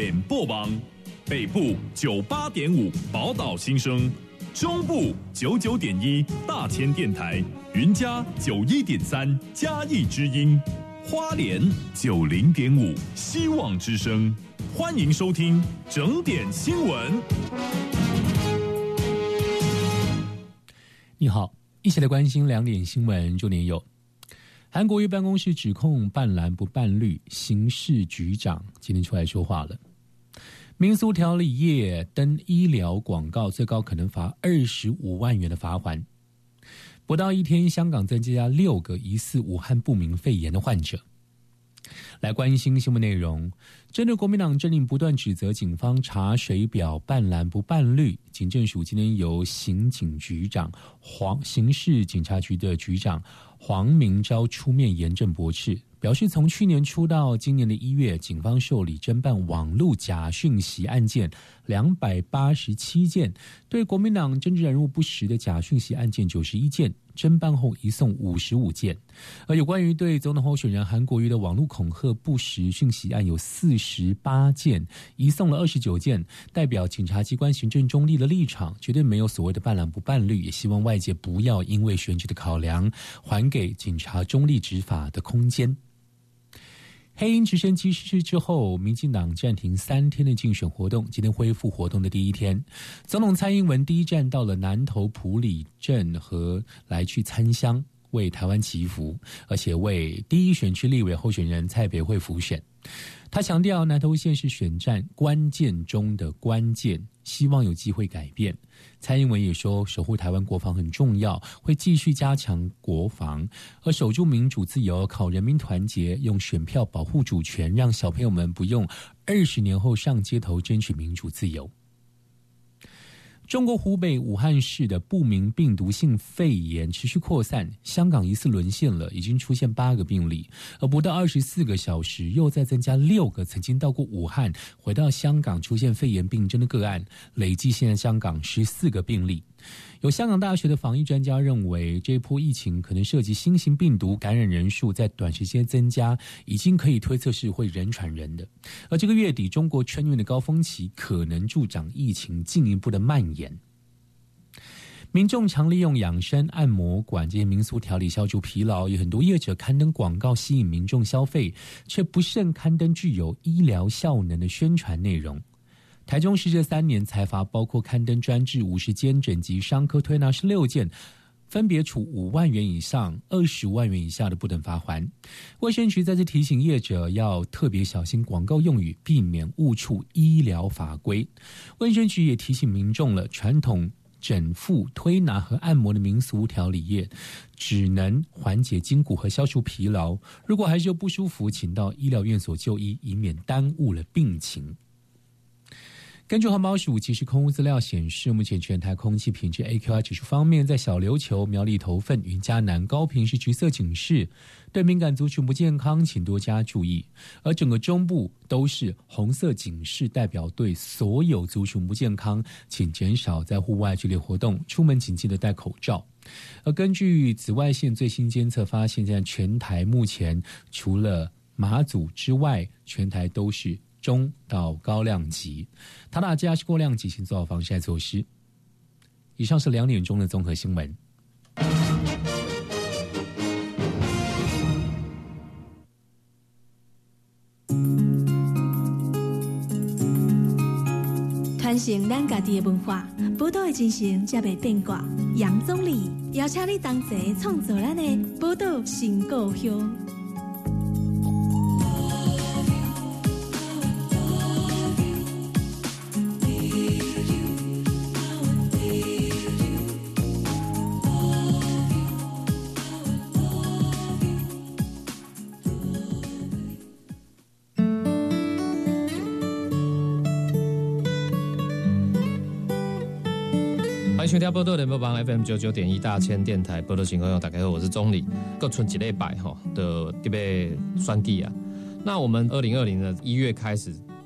点播网，北部98.5宝岛新声，中部99.1大千电台，云嘉91.3嘉义之音，花莲90.5希望之声。欢迎收听整点新闻。 你好，一起来关心2点新闻重点有：韩国瑜办公室指控办蓝不办绿，刑事局长今天出来说话了。民俗条理业登医疗广告，最高可能罚25万元的罚锾。不到一天，香港增加6个疑似武汉不明肺炎的患者。来关心新闻内容，针对国民党阵营不断指责警方查水表办蓝不办绿，警政署今天由刑警局长刑事警察局的局长黄明昭出面严正驳斥，表示从去年初到今年的1月，警方受理侦办网络假讯息案件287件，对国民党政治人物不实的假讯息案件91件，侦办后移送55件。而有关于对总统候选人韩国瑜的网络恐吓不实讯息案有48件，移送了29件，代表检察机关行政中立的立场，绝对没有所谓的办蓝不办绿，也希望外界不要因为选举的考量，还给警察中立执法的空间。黑鹰直升机失事之后，民进党暂停3天的竞选活动，今天恢复活动的第一天，总统蔡英文第一站到了南投埔里镇和来去参香，为台湾祈福，而且为第一选区立委候选人蔡培慧辅选。他强调南投县是选战关键中的关键，希望有机会改变。蔡英文也说，守护台湾国防很重要，会继续加强国防，而守住民主自由，靠人民团结，用选票保护主权，让小朋友们不用20年后上街头争取民主自由。中国湖北武汉市的不明病毒性肺炎持续扩散，香港疑似沦陷了，已经出现8个病例，而不到24个小时又再增加6个曾经到过武汉回到香港出现肺炎病症的个案，累计现在香港14个病例。有香港大学的防疫专家认为，这一波疫情可能涉及新型病毒，感染人数在短时间增加，已经可以推测是会人传人的。而这个月底中国春运的高峰期可能助长疫情进一步的蔓延。民众常利用养生按摩馆这些民俗调理消除疲劳，有很多业者刊登广告吸引民众消费，却不慎刊登具有医疗效能的宣传内容。台中市这3年财罚包括刊登专治50间整脊伤科推拿16件，分别处5万元以上、25万元以下的不等罚锾。卫生局在这提醒业者要特别小心广告用语，避免误触医疗法规。卫生局也提醒民众了，传统整复、推拿和按摩的民俗调理业只能缓解筋骨和消除疲劳，如果还是有不舒服，请到医疗院所就医，以免耽误了病情。根据环保署即时空污资料显示，目前全台空气品质 AQI 指数方面，在小琉球、苗栗头份、云嘉南、高屏是橘色警示，对敏感族群不健康请多加注意，而整个中部都是红色警示，代表对所有族群不健康请减少在户外剧烈活动，出门请记得戴口罩。而根据紫外线最新监测发现，现在全台目前除了马祖之外，全台都是中到高量级，他大家是过量级，请做好防晒措施。以上是2点钟的综合新闻。 传承咱家己的文化，宝岛的精神才袂变卦。杨总理邀请你同齐创造咱的宝岛新故乡。 欢迎收听报道联播网 FM 99.1大千电台报道情况，大家好，我是钟理。各剩1礼拜的特别选举啊，那我们2020的1月开始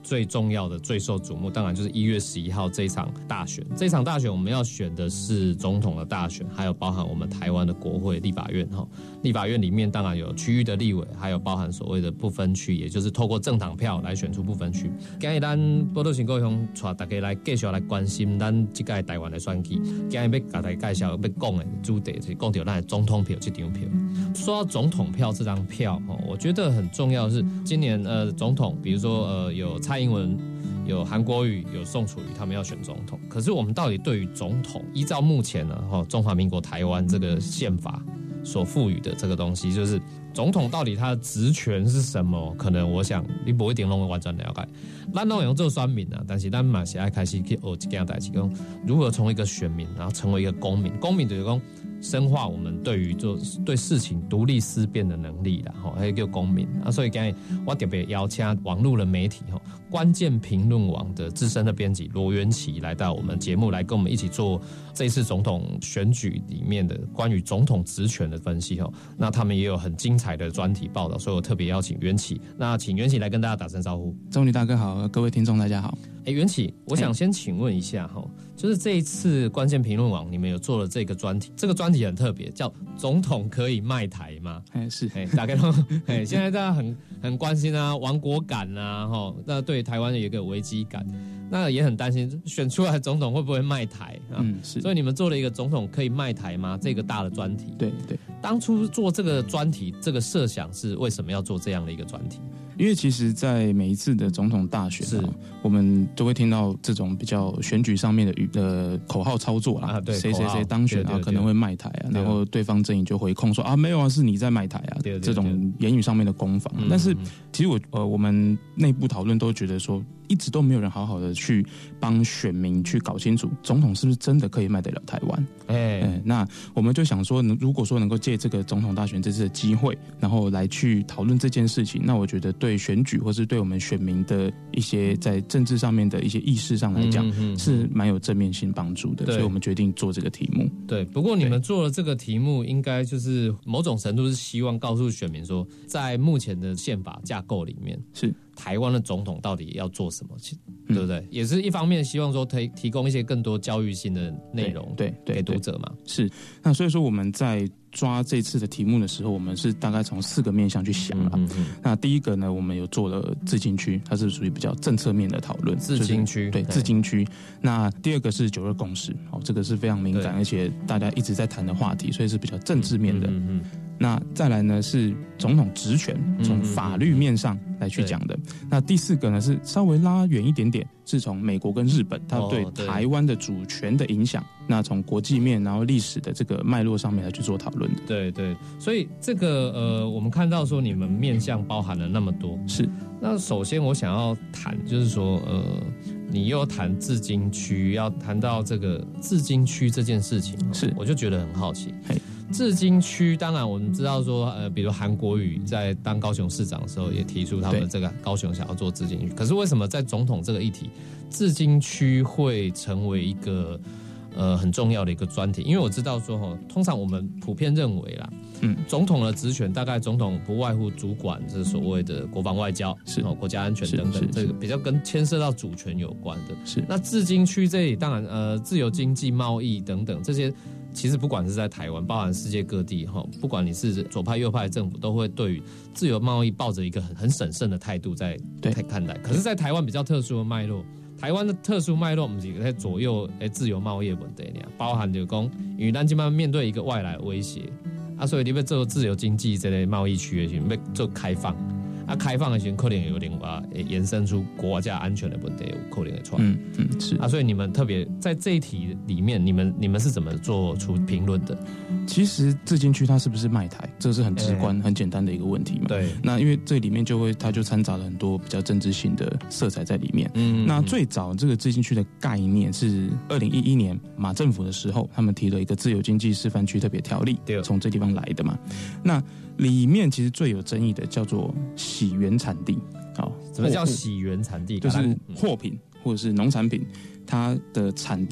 最重要的、最受瞩目，当然就是1月11号这一场大选。这一场大选我们要选的是总统的大选，还有包含我们台湾的国会立法院哈。立法院里面当然有区域的立委，还有包含所谓的不分区，也就是透过政党票来选出不分区。今日咱报道新高雄带大家来继续来关心咱这届台湾的选举。今日要给大家介绍要讲的主题是讲到咱的总统票这张票。说到总统票这张票，我觉得很重要的是今年总统，比如说有蔡英文、有韩国瑜、有宋楚瑜，他们要选总统。可是我们到底对于总统，依照目前呢中华民国台湾这个宪法所赋予的这个东西，就是总统到底他的职权是什么？可能我想你不一定能完全了解。咱都用做选民啊，但是咱嘛是要开始去学一件代志，讲如何从一个选民，然后成为一个公民。公民就是讲深化我们对事情独立思辨的能力啦，还有叫公民啊。所以今日我特别邀请网络的媒体关键评论网的资深的编辑罗元琪来到我们节目，来跟我们一起做这一次总统选举里面的关于总统职权的分析。那他们也有很精彩的专题报道，所以我特别邀请元琪。那请元琪来跟大家打声招呼。 钟礼大哥好，各位听众大家好。 元琪，我想先请问一下就是这一次关键评论网你们有做了这个专题，这个专题很特别，叫总统可以卖台吗？ 是， 大概都现在大家很关心啊，亡国感啊，那对台湾有一个危机感，那也很担心选出来的总统会不会卖台啊？是，所以你们做了一个总统可以卖台吗？这个大的专题。 对， 当初做这个专题，这个设想是为什么要做这样的一个专题？ 因为其实在每一次的总统大选我们都会听到这种比较选举上面的口号操作啦，谁谁谁当选可能会卖台啊，然后对方阵营就回控说没有啊，是你在卖台啊，这种言语上面的攻防。但是其实我们内部讨论都觉得说，一直都没有人好好的去帮选民去搞清楚总统是不是真的可以卖得了台湾。那我们就想说，如果说能够借这个总统大选这次的机会，然后来去讨论这件事情，那我觉得对选举或是对我们选民的一些在政治上面的一些意识上来讲，是蛮有正面性帮助的，所以我们决定做这个题目。 对，不过你们做了这个题目，应该就是某种程度是希望告诉选民说，在目前的宪法架构里面，是台湾的总统到底要做什么，对不对？也是一方面希望说提供一些更多教育性的内容给读者嘛。是， 那所以说我们在抓这次的题目的时候，我们是大概从4个面向去想了。那第一个呢，我们有做了自经区，它是属于比较政策面的讨论。 自经区， 对，自经区。那第二个是9·2共识，这个是非常敏感，而且大家一直在谈的话题，所以是比较政治面的。那再来呢是总统职权，从法律面上来去讲的。那第4个呢是稍微拉远一点点，是从美国跟日本它对台湾的主权的影响，那从国际面然后历史的这个脉络上面来去做讨论的。 对，所以这个我们看到说你们面向包含了那么多。是，那首先我想要谈就是说你又谈自经区，要谈到这个自经区这件事情，是我就觉得很好奇。自经区当然我们知道说比如韩国瑜在当高雄市长的时候也提出他们这个高雄想要做自经区，可是为什么在总统这个议题自经区会成为一个很重要的一个专题？因为我知道说通常我们普遍认为啦，总统的职权大概总统不外乎主管这所谓的国防外交、国家安全等等，这个比较跟牵涉到主权有关的。是，那自经区这里当然自由经济、贸易等等这些。其实不管是在台湾，包含世界各地，不管你是左派右派的政府，都会对于自由贸易抱着一个很审慎的态度在看待。可是，在台湾比较特殊的脉络，台湾的特殊脉络不是在左右自由贸易的问题，包含就是说，因为咱现在面对一个外来威胁所以你要做自由经济这类贸易区的时候，要做开放。开放的时候可能有点延伸出国家安全的问题，有可能会出来。是所以你们特别在这一题里面，你们是怎么做出评论的？ 其实自经区它是不是卖台，这是很直观、很简单的一个问题嘛。对，那因为这里面它就掺杂了很多比较政治性的色彩在里面。那最早这个自经区的概念是2011年马政府的时候，他们提了一个自由经济示范区特别条例，从这地方来的嘛。那里面其实最有争议的叫做喜原产地。 什么叫喜原产地？ 就是货品或者是农产品，它的产地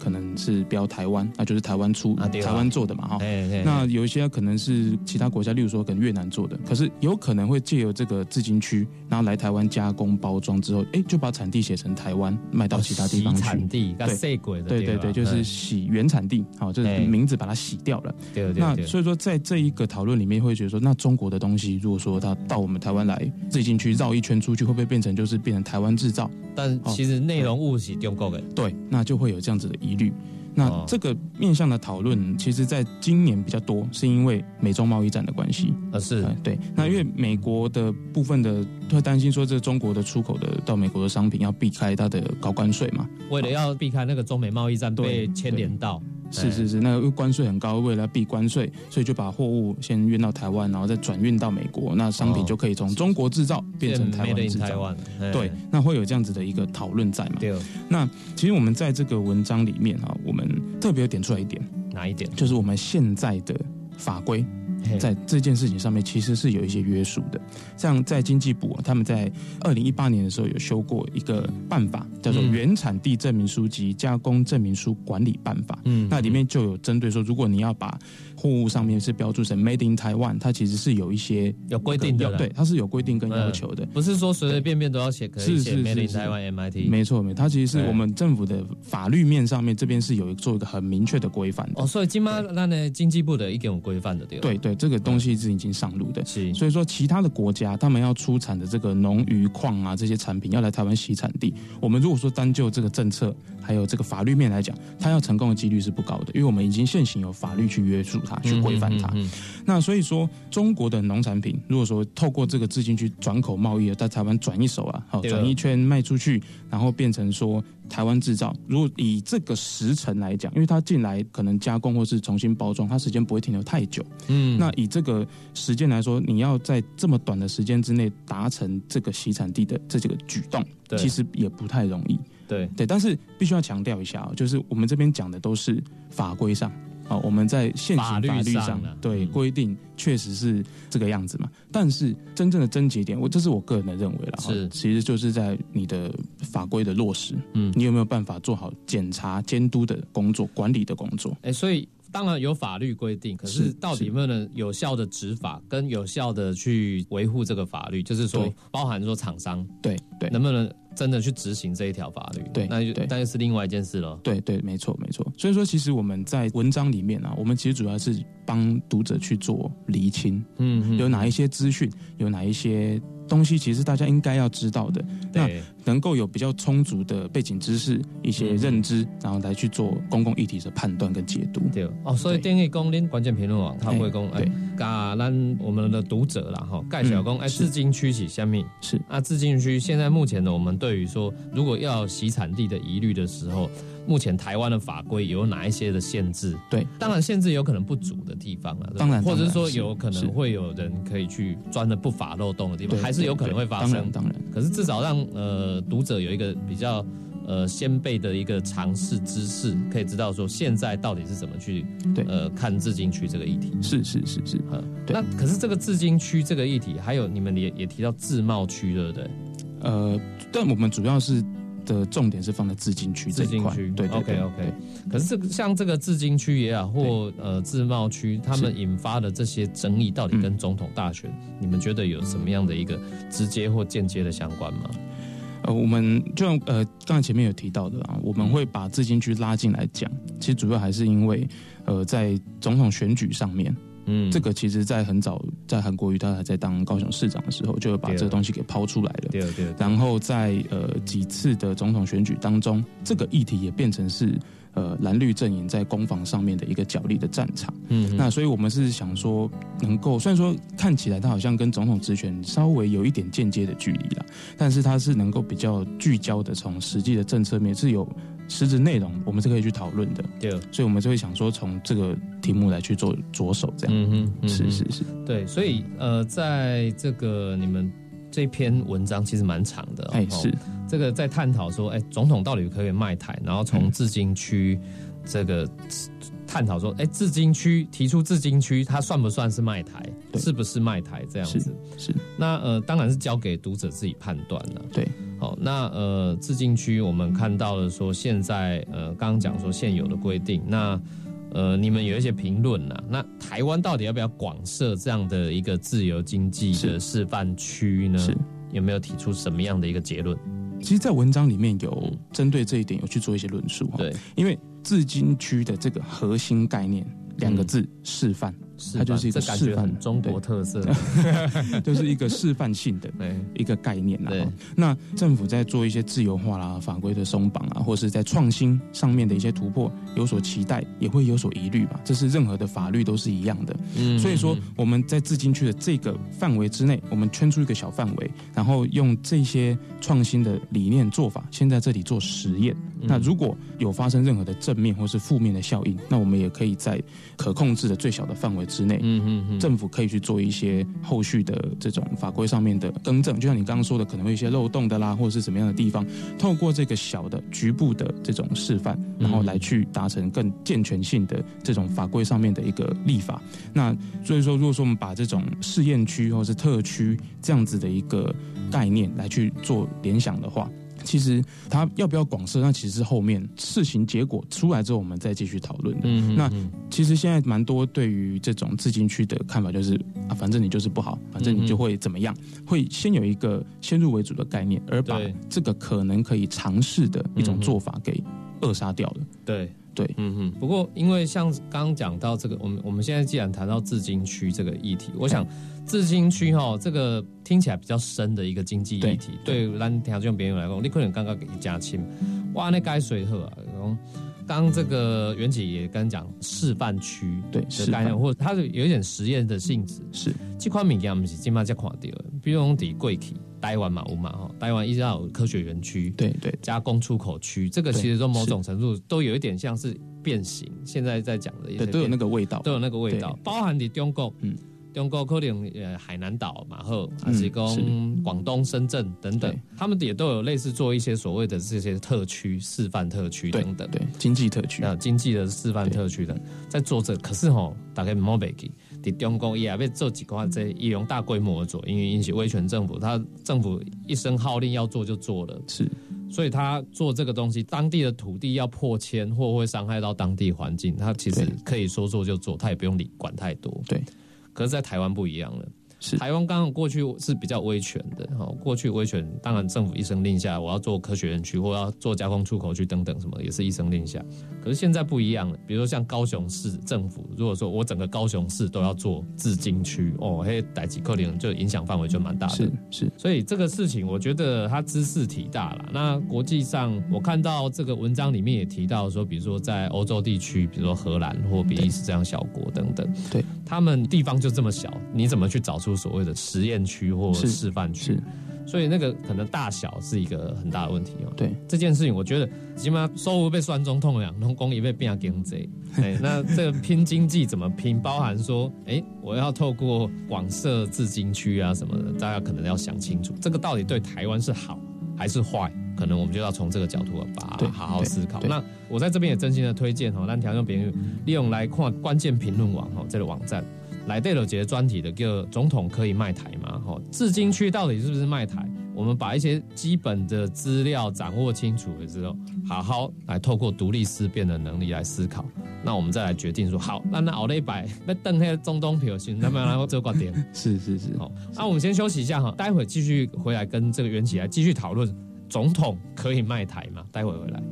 可能是标台湾，那就是台湾出、台湾做的嘛哈。那有一些可能是其他国家，例如说可能越南做的，可是有可能会借由这个自经区，然后来台湾加工包装之后，就把产地写成台湾，卖到其他地方去。 产地， 对，就是洗原产地，好，就是名字把它洗掉了。 对。 那所以说，在这一个讨论里面，会觉得说，那中国的东西，如果说它到我们台湾来自经区绕一圈出去，会不会变成台湾制造？ 但其实内容物是中国的， 对，那就会有这样子的疑虑。那这个面向的讨论，其实在今年比较多，是因为美中贸易战的关系。 是， 对。那因为美国的部分的会担心说，这中国的出口的到美国的商品要避开它的高关税嘛， 为了要避开那个中美贸易战被牵连到。 是，那个关税很高，为了避关税，所以就把货物先运到台湾，然后再转运到美国，那商品就可以从中国制造变成台湾制造。对，那会有这样子的一个讨论在嘛？ 对。 那其实我们在这个文章里面我们特别点出来一点， 哪一点？ 就是我们现在的法规在这件事情上面其实是有一些约束的。像在经济部他们在2018年的时候有修过一个办法，叫做《原产地证明书及加工证明书管理办法》。那里面就有针对说，如果你要把货物上面是标注成 Made in Taiwan， 它其实是有一些有规定的， 对，它是有规定跟要求的， 不是说随随便便都要写，可以写 Made in Taiwan MIT。 没错，它其实是我们政府的法律面上面这边是有做一个很明确的规范的。 所以今嘛那呢经济部的一种规范的对，这个东西是已经上路的。所以说其他的国家他们要出产的这个农渔矿啊这些产品要来台湾洗产地，我们如果说单就这个政策还有这个法律面来讲，它要成功的几率是不高的，因为我们已经现行有法律去约束它，去规范它。那所以说中国的农产品如果说透过这个自经区转口贸易在台湾转一手转一圈卖出去，然后变成说台湾制造，如果以这个时程来讲，因为它进来可能加工或是重新包装，它时间不会停留太久。那以这个时间来说，你要在这么短的时间之内达成这个洗产地的这个举动，其实也不太容易。对，但是必须要强调一下就是我们这边讲的都是法规上。我们在现行法律上对规定确实是这个样子嘛，但是真正的症结点，这是我个人的认为啦，其实就是在你的法规的落实，你有没有办法做好检查、监督的工作、管理的工作？ 所以当然有法律规定，可是到底有没有能有效的执法跟有效的去维护这个法律，就是说包含说厂商对能不能真的去执行这一条法律？对，那就是另外一件事了。对，没错。所以说，其实我们在文章里面我们其实主要是帮读者去做厘清，有哪一些资讯，有哪一些东西，其实大家应该要知道的，那能够有比较充足的背景知识、一些认知，然后来去做公共议题的判断跟解读。对所以等于讲，恁关键评论网他会讲，甲咱我们的读者啦，介绍讲，自经区是什么？是自经区现在目前呢，我们对于说，如果要洗产地的疑虑的时候，目前台湾的法规有哪一些的限制？对，当然限制有可能不足的地方当然，或者是说有可能会有人可以去钻的不法漏洞的地方，还是有可能会发生。当然，可是至少让读者有一个比较先辈的一个常识知识，可以知道说现在到底是怎么去看自经区这个议题。是。那可是这个自经区这个议题，还有你们也提到自贸区，对不对？ 但我们主要是的重点是放在自经区这一块。对 ，OK。可是像这个自经区也好，或自贸区，他们引发的这些争议，到底跟总统大选，你们觉得有什么样的一个直接或间接的相关吗？ 我们就像刚才前面有提到的我们会把自经区拉进来讲，其实主要还是因为在总统选举上面。这个其实在很早，在韩国瑜他还在当高雄市长的时候，就有把这个东西给抛出来了。对。然后在几次的总统选举当中，这个议题也变成是蓝绿阵营在攻防上面的一个角力的战场。那所以我们是想说，能够虽然说看起来它好像跟总统职权稍微有一点间接的距离啦，但是它是能够比较聚焦的，从实际的政策面是有实质内容，我们是可以去讨论的。对，所以我们就会想说，从这个题目来去做着手，这样。是。 对，所以在这个你们这篇文章其实蛮长的。是这个在探讨说，总统到底可不可以卖台，然后从自经区这个探讨说，自经区提出自经区，它算不算是卖台？是不是卖台这样子？是。那当然是交给读者自己判断了。对。 好，那自禁区我们看到了说现在刚刚讲说现有的规定，那你们有一些评论啦，那台湾到底要不要广设这样的一个自由经济的示范区呢？是有没有提出什么样的一个结论？ 其实，在文章里面有针对这一点有去做一些论述。对，因为自禁区的这个核心概念2个字示范。它就是一个示范， 中国特色， 就是一个示范性的一个概念啦。那政府在做一些自由化啦、法规的松绑啊，或是在创新上面的一些突破，有所期待，也会有所疑虑嘛。这是任何的法律都是一样的。所以说我们在自禁区的这个范围之内，我们圈出一个小范围，然后用这些创新的理念做法，先在这里做实验。那如果有发生任何的正面或是负面的效应，那我们也可以在可控制的最小的范围之内，政府可以去做一些后续的这种法规上面的更正，就像你刚刚说的，可能会有一些漏洞的啦，或者是什么样的地方，透过这个小的局部的这种示范，然后来去达成更健全性的这种法规上面的一个立法。那所以说，如果说我们把这种试验区或是特区这样子的一个概念来去做联想的话，其实它要不要广设，那其实是后面事情结果出来之后我们再继续讨论的。那其实现在蛮多对于这种自禁区的看法就是反正你就是不好，反正你就会怎么样，会先有一个先入为主的概念，而把这个可能可以尝试的一种做法给扼杀掉了。对， 不过因为像刚刚讲到这个，我们现在既然谈到自禁区这个议题，我想自禁区这个听起来比较深的一个经济议题，对咱听众朋友来讲，你可能刚刚给加轻，哇，那该随和啊。刚这个袁启也刚讲示范区的概念，或者它有一点实验的性质。是，这款物件我们是今嘛才看到的，比如讲在过去台湾嘛有嘛台湾一直有科学园区，对，加工出口区，这个其实都某种程度都有一点像是变形。现在在讲的一些都有那个味道， 包含在中国。中国可能海南岛嘛，还是讲广东深圳等等，他们也都有类似做一些所谓的这些特区、示范特区等等， 对经济特区经济的示范特区的在做这个。可是大概冇忘记，在中国也要做几个这利用大规模的做，因为引起威权政府，他政府一声号令要做就做了，是。所以他做这个东西，当地的土地要破迁或会伤害到当地环境，他其实可以说做就做，他也不用管太多，对。可是，在台湾不一样了。台湾刚刚过去是比较威权的，过去威权当然政府一声令下，我要做科学园区或要做加工出口区等等什么，也是一声令下。可是现在不一样了，比如说像高雄市政府，如果说我整个高雄市都要做自禁区，嘿，代志可能就影响范围就蛮大的。是，所以这个事情我觉得它知识体大了。那国际上我看到这个文章里面也提到说，比如说在欧洲地区，比如说荷兰或比利时这样小国等等，对，他们地方就这么小，你怎么去找出所谓的实验区或示范区？所以那个可能大小是一个很大的问题对这件事情，我觉得起码收入被选总统两农工也被变经济。那这个拼经济怎么拼？包含说，我要透过广设自禁区啊什么的，大家可能要想清楚，这个到底对台湾是好还是坏？可能我们就要从这个角度把它好好思考。那我在这边也真心的推荐让听众朋友利用来看关键评论网这个网站。来对了，节专题的叫总统可以卖台吗？自禁区到底是不是卖台？我们把一些基本的资料掌握清楚了之后，好好来透过独立思辨的能力来思考。那我们再来决定说，好，那后礼拜要等那个中东票先，那么然后做观点。是。好，那我们先休息一下待会继续回来跟这个袁启来继续讨论总统可以卖台吗？待会回来。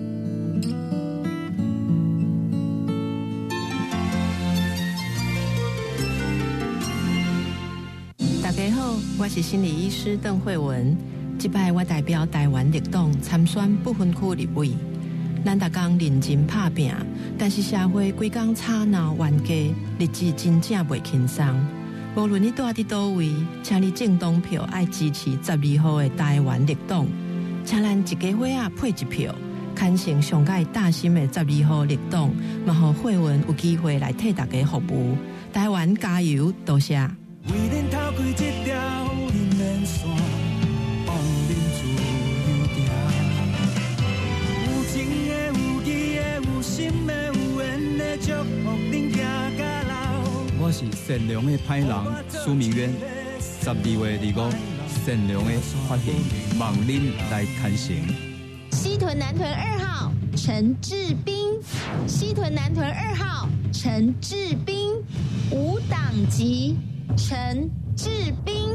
大家好，我是心理医师邓惠文。这摆我代表台湾绿党参选不分区立委。咱大家认真打拼，但是社会规工吵闹冤家，日子真正袂轻松。无论你住伫倒位，请你政党票爱支持12号的台湾绿党，请咱一家伙仔配一票，牵成上届大心的12号绿党，嘛互惠文有机会来替大家服务。台湾加油，多谢。为恁偷开这条人人线，帮恁自由行。有情的，有义的，有心的，有缘的，祝福恁行到老。我是善良的歹人苏明渊，12月25 善良的发现，望您来看成。 西屯南屯2号陈志斌，西屯南屯2号陈志斌，无党籍陈志斌。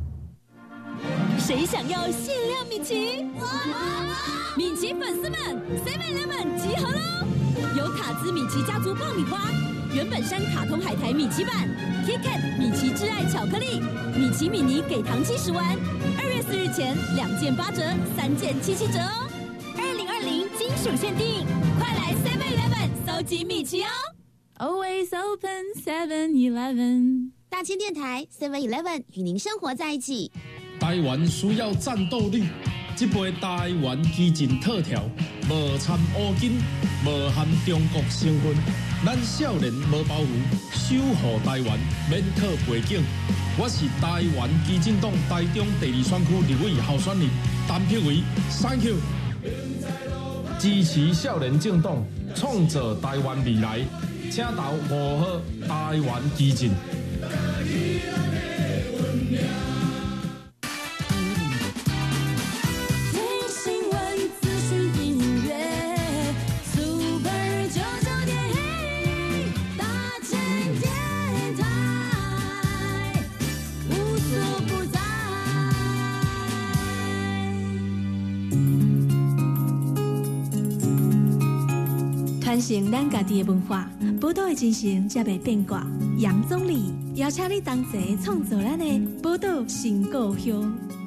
谁想要限量米奇？米奇粉丝们 ，7-Eleven 集合喽！有卡兹米奇家族爆米花、原本山卡通海苔米奇版、KitKat 米奇挚爱巧克力、米奇米妮给糖70丸，2月4日前2件8折，3件77折哦！2020金属限定，快来 7-Eleven 搜集米奇哦 ！Always open 7-Eleven。 大千电台 7-Eleven 与您生活在一起。 台湾需要战斗力，这杯台湾基进特调，无掺乌金，无含中国成分，咱少年无包袱，守护台湾，免靠背景。我是台湾基进党台中第2选区立委候选人陈柏惟 ，Thank you。支持少年政党，创造台湾未来，请投5号台湾基进。 传承咱家己的文化，宝岛的精神才袂变卦。杨总理邀请你同齐创造咱的宝岛新故乡。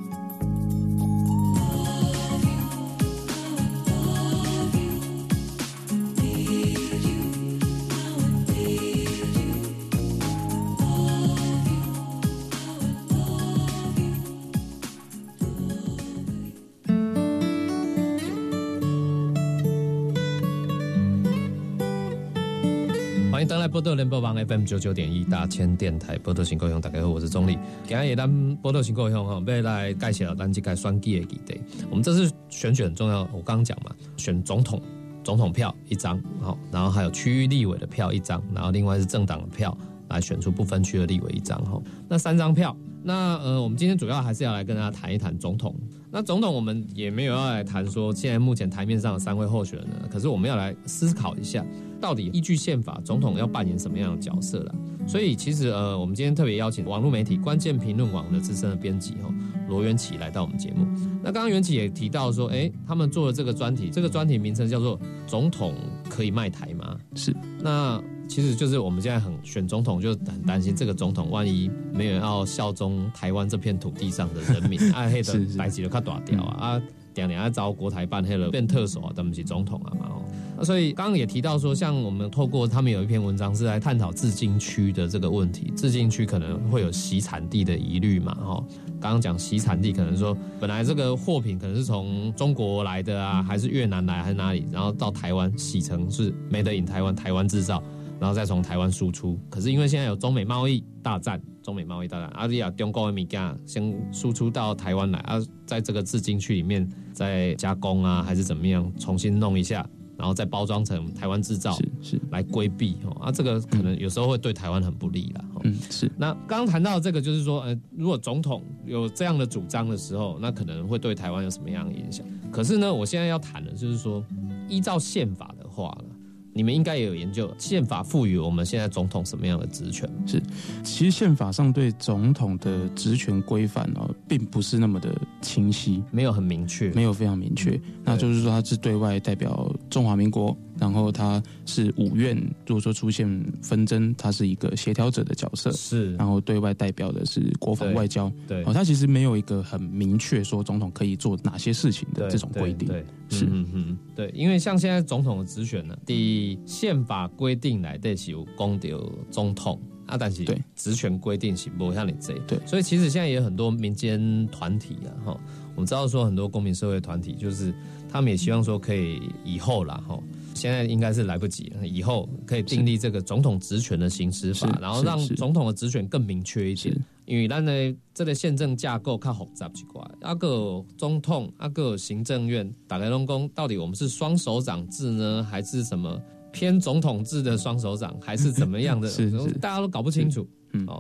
欢迎登来波多联播网 FM 99.1大千电台波多新故乡，大家好，我是钟理。今日咱波多新故乡要来介绍咱这个选举的议题。我们这次选举很重要，我刚刚讲嘛，选总统票1张，然后还有区域立委的票1张，然后另外是政党的票来选出不分区的立委1张。那3张票，那我们今天主要还是要来跟大家谈一谈总统。那总统我们也没有要来谈说现在目前台面上的3位候选人，可是我们要来思考一下，到底依据宪法，总统要扮演什么样的角色啦？所以其实我们今天特别邀请网络媒体关键评论网的资深的编辑罗元启来到我们节目。那刚刚元启也提到说，他们做了这个专题，这个专题名称叫做“总统可以卖台吗？” 是。 那其实就是我们现在选总统，就很担心这个总统万一没有要效忠台湾这片土地上的人民，黑的代志就较大条啊，常常招国台办黑了变特首啊，但不是总统啊嘛。那所以刚刚也提到说，像我们透过他们有一篇文章是来探讨自禁区的这个问题，自禁区可能会有洗产地的疑虑嘛，刚刚讲洗产地，可能说本来这个货品可能是从中国来的啊，还是越南来，还是哪里，然后到台湾洗成是 Made in 台湾，台湾制造，然后再从台湾输出。可是因为现在有中美贸易大战，阿里亚中国的米价先输出到台湾来，在这个自禁区里面再加工啊，还是怎么样，重新弄一下，然后再包装成台湾制造， 是来规避这个可能有时候会对台湾很不利啦。 是。 那刚刚谈到这个，就是说，如果总统有这样的主张的时候，那可能会对台湾有什么样的影响？可是呢，我现在要谈的就是说，依照宪法的话呢，你们应该也有研究宪法赋予我们现在总统什么样的职权？ 是，其实宪法上对总统的职权规范并不是那么的清晰， 没有很明确， 没有非常明确。那就是说，他是对外代表中华民国，然后他是5院，如果说出现纷争，他是一个协调者的角色， 是， 然后对外代表的是国防外交， 对， 他其实没有一个很明确说总统可以做哪些事情的这种规定， 对， 是， 对，因为像现在总统的职权呢，宪法规定来的是有讲到总统但是职权规定是没像你这， 对， 所以其实现在也有很多民间团体我们知道说很多公民社会团体，就是他们也希望说可以以后啦现在应该是来不及了，以后可以订立这个总统职权的行使法，然后让总统的职权更明确一点。因为咱的这个宪政架构较复杂一块，个总统，个行政院，大家拢讲到底我们是双首长制呢，还是什么偏总统制的双首长，还是怎么样的？大家都搞不清楚。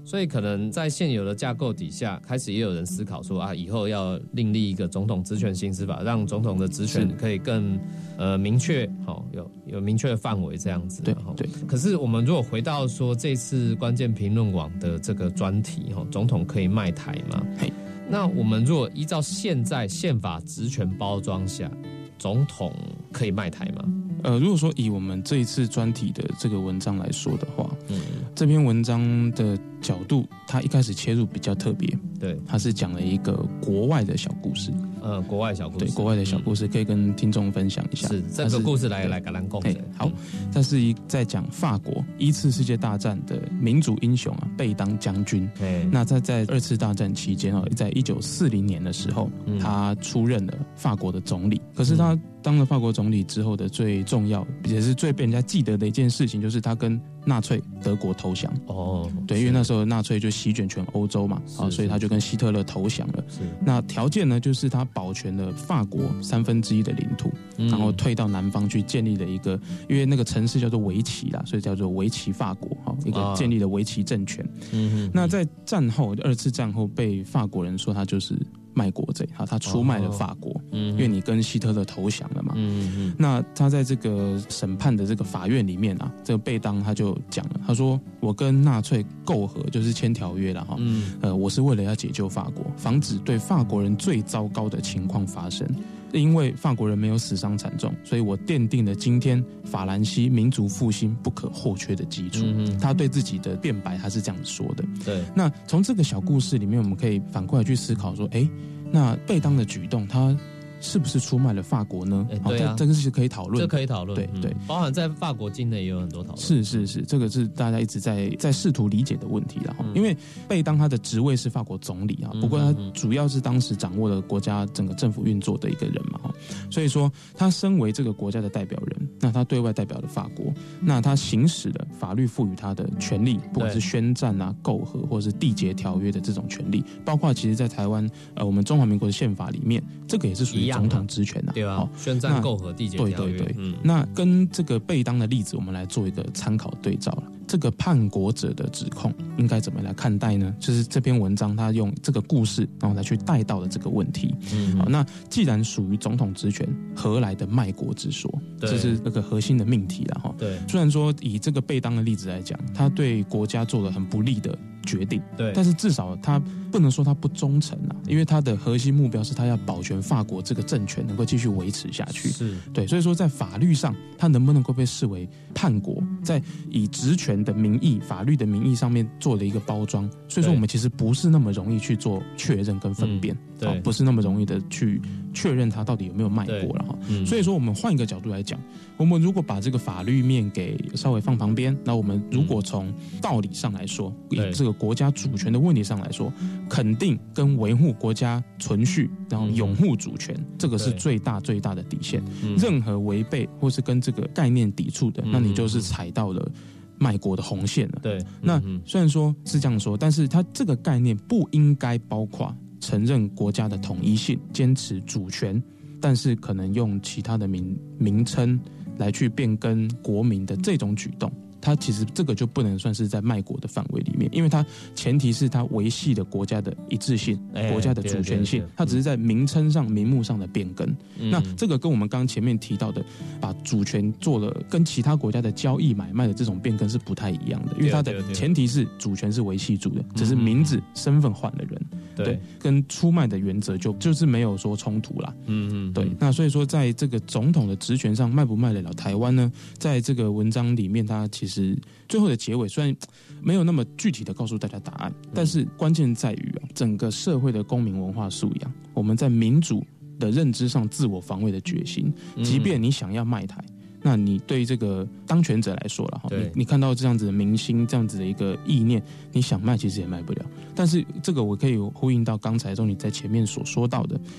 所以可能在现有的架构底下，开始也有人思考说啊，以后要另立一个总统职权行使法，让总统的职权可以更明确，有明确的范围这样子。 对。 可是我们如果回到说这次关键评论网的这个专题，总统可以卖台吗？那我们如果依照现在宪法职权包装下，总统可以卖台吗？ 如果说以我们这一次专题的这个文章来说的话，这篇文章的角度，它一开始切入比较特别， 对， 它是讲了一个国外的小故事， 国外小故事， 对，国外的小故事，可以跟听众分享一下。 是这个故事来跟咱讲。 好，它是在讲法国1次世界大战的民主英雄啊，贝当将军。那在2次大战期间在1940年的时候，他出任了法国的总理。可是他当了法国总理之后的最重要，也是最被人家记得的一件事情，就是他跟纳粹德国投降。对，因为那时候纳粹就席卷全欧洲嘛，所以他就跟希特勒投降了。那条件呢，就是他保全了法国1/3的领土，然后退到南方去建立了一个，因为那个城市叫做维奇啦，所以叫做维奇法国，一个建立了维奇政权。那在战后2次战后，被法国人说他就是卖国贼，他出卖了法国，因为你跟希特勒投降了嘛。那他在这个审判的这个法院里面啊，这个贝当他就讲了，他说我跟纳粹媾和，就是签条约了我是为了要解救法国，防止对法国人最糟糕的情况发生。因为法国人没有死伤惨重，所以我奠定了今天法兰西民族复兴不可或缺的基础。他对自己的辩白他是这样子说的。 对， 那从这个小故事里面，我们可以反过来去思考说，那贝当的举动，他是不是出卖了法国呢？ 对啊， 这个是可以讨论， 这可以讨论。 对， 包含在法国境内也有很多讨论。 是，这个是大家一直在试图理解的问题啦。因为贝当他的职位是法国总理啊，不过他主要是当时掌握了国家整个政府运作的一个人嘛，所以说他身为这个国家的代表人，那他对外代表了法国，那他行使了法律赋予他的权利，不管是宣战啊、媾和或者是缔结条约的这种权利，包括其实在台湾我们中华民国的宪法里面，这个也是属于总统职权啊， 对啊，宣战、媾和、缔结条约。 对，那跟这个贝当的例子，我们来做一个参考对照了。这个叛国者的指控应该怎么来看待呢？就是这篇文章他用这个故事，然后来去带到的这个问题。好，那既然属于总统职权，何来的卖国之说？这是那个核心的命题了哈。 对， 虽然说以这个贝当的例子来讲，他对国家做了很不利的决定， 对， 但是至少他不能说他不忠诚啊，因为他的核心目标是他要保全法国这个政权能够继续维持下去。 是， 对，所以说在法律上，他能不能够被视为叛国，在以职权的名义、法律的名义上面做了一个包装，所以说我们其实不是那么容易去做确认跟分辨， 对， 不是那么容易的去确认他到底有没有卖国了哈。所以说我们换一个角度来讲，我们如果把这个法律面给稍微放旁边，那我们如果从道理上来说，以这个国家主权的问题上来说，肯定跟维护国家存续，然后拥护主权，这个是最大最大的底线。任何违背或是跟这个概念抵触的，那你就是踩到了卖国的红线了。 对， 那虽然说是这样说，但是它这个概念不应该包括承认国家的统一性、坚持主权，但是可能用其他的名称来去变更国民的这种举动。它其实这个就不能算是在卖国的范围里面，因为它前提是它维系了国家的一致性、国家的主权性，它只是在名称上、名目上的变更。那这个跟我们刚刚前面提到的，把主权做了跟其他国家的交易买卖的这种变更是不太一样的，因为它的前提是主权是维系住的，只是名字、身份换了人。对，跟出卖的原则就是没有说冲突啦。对。那所以说，在这个总统的职权上卖不卖得了台湾呢？在这个文章里面，它其实最后的结尾虽然没有那么具体的告诉大家答案，但是关键在于整个社会的公民文化素养，我们在民主的认知上自我防卫的决心。即便你想要卖台，那你对于这个当权者来说了，你看到这样子的民心，这样子的一个意念，你想卖其实也卖不了。但是这个我可以呼应到刚才中你在前面所说到的，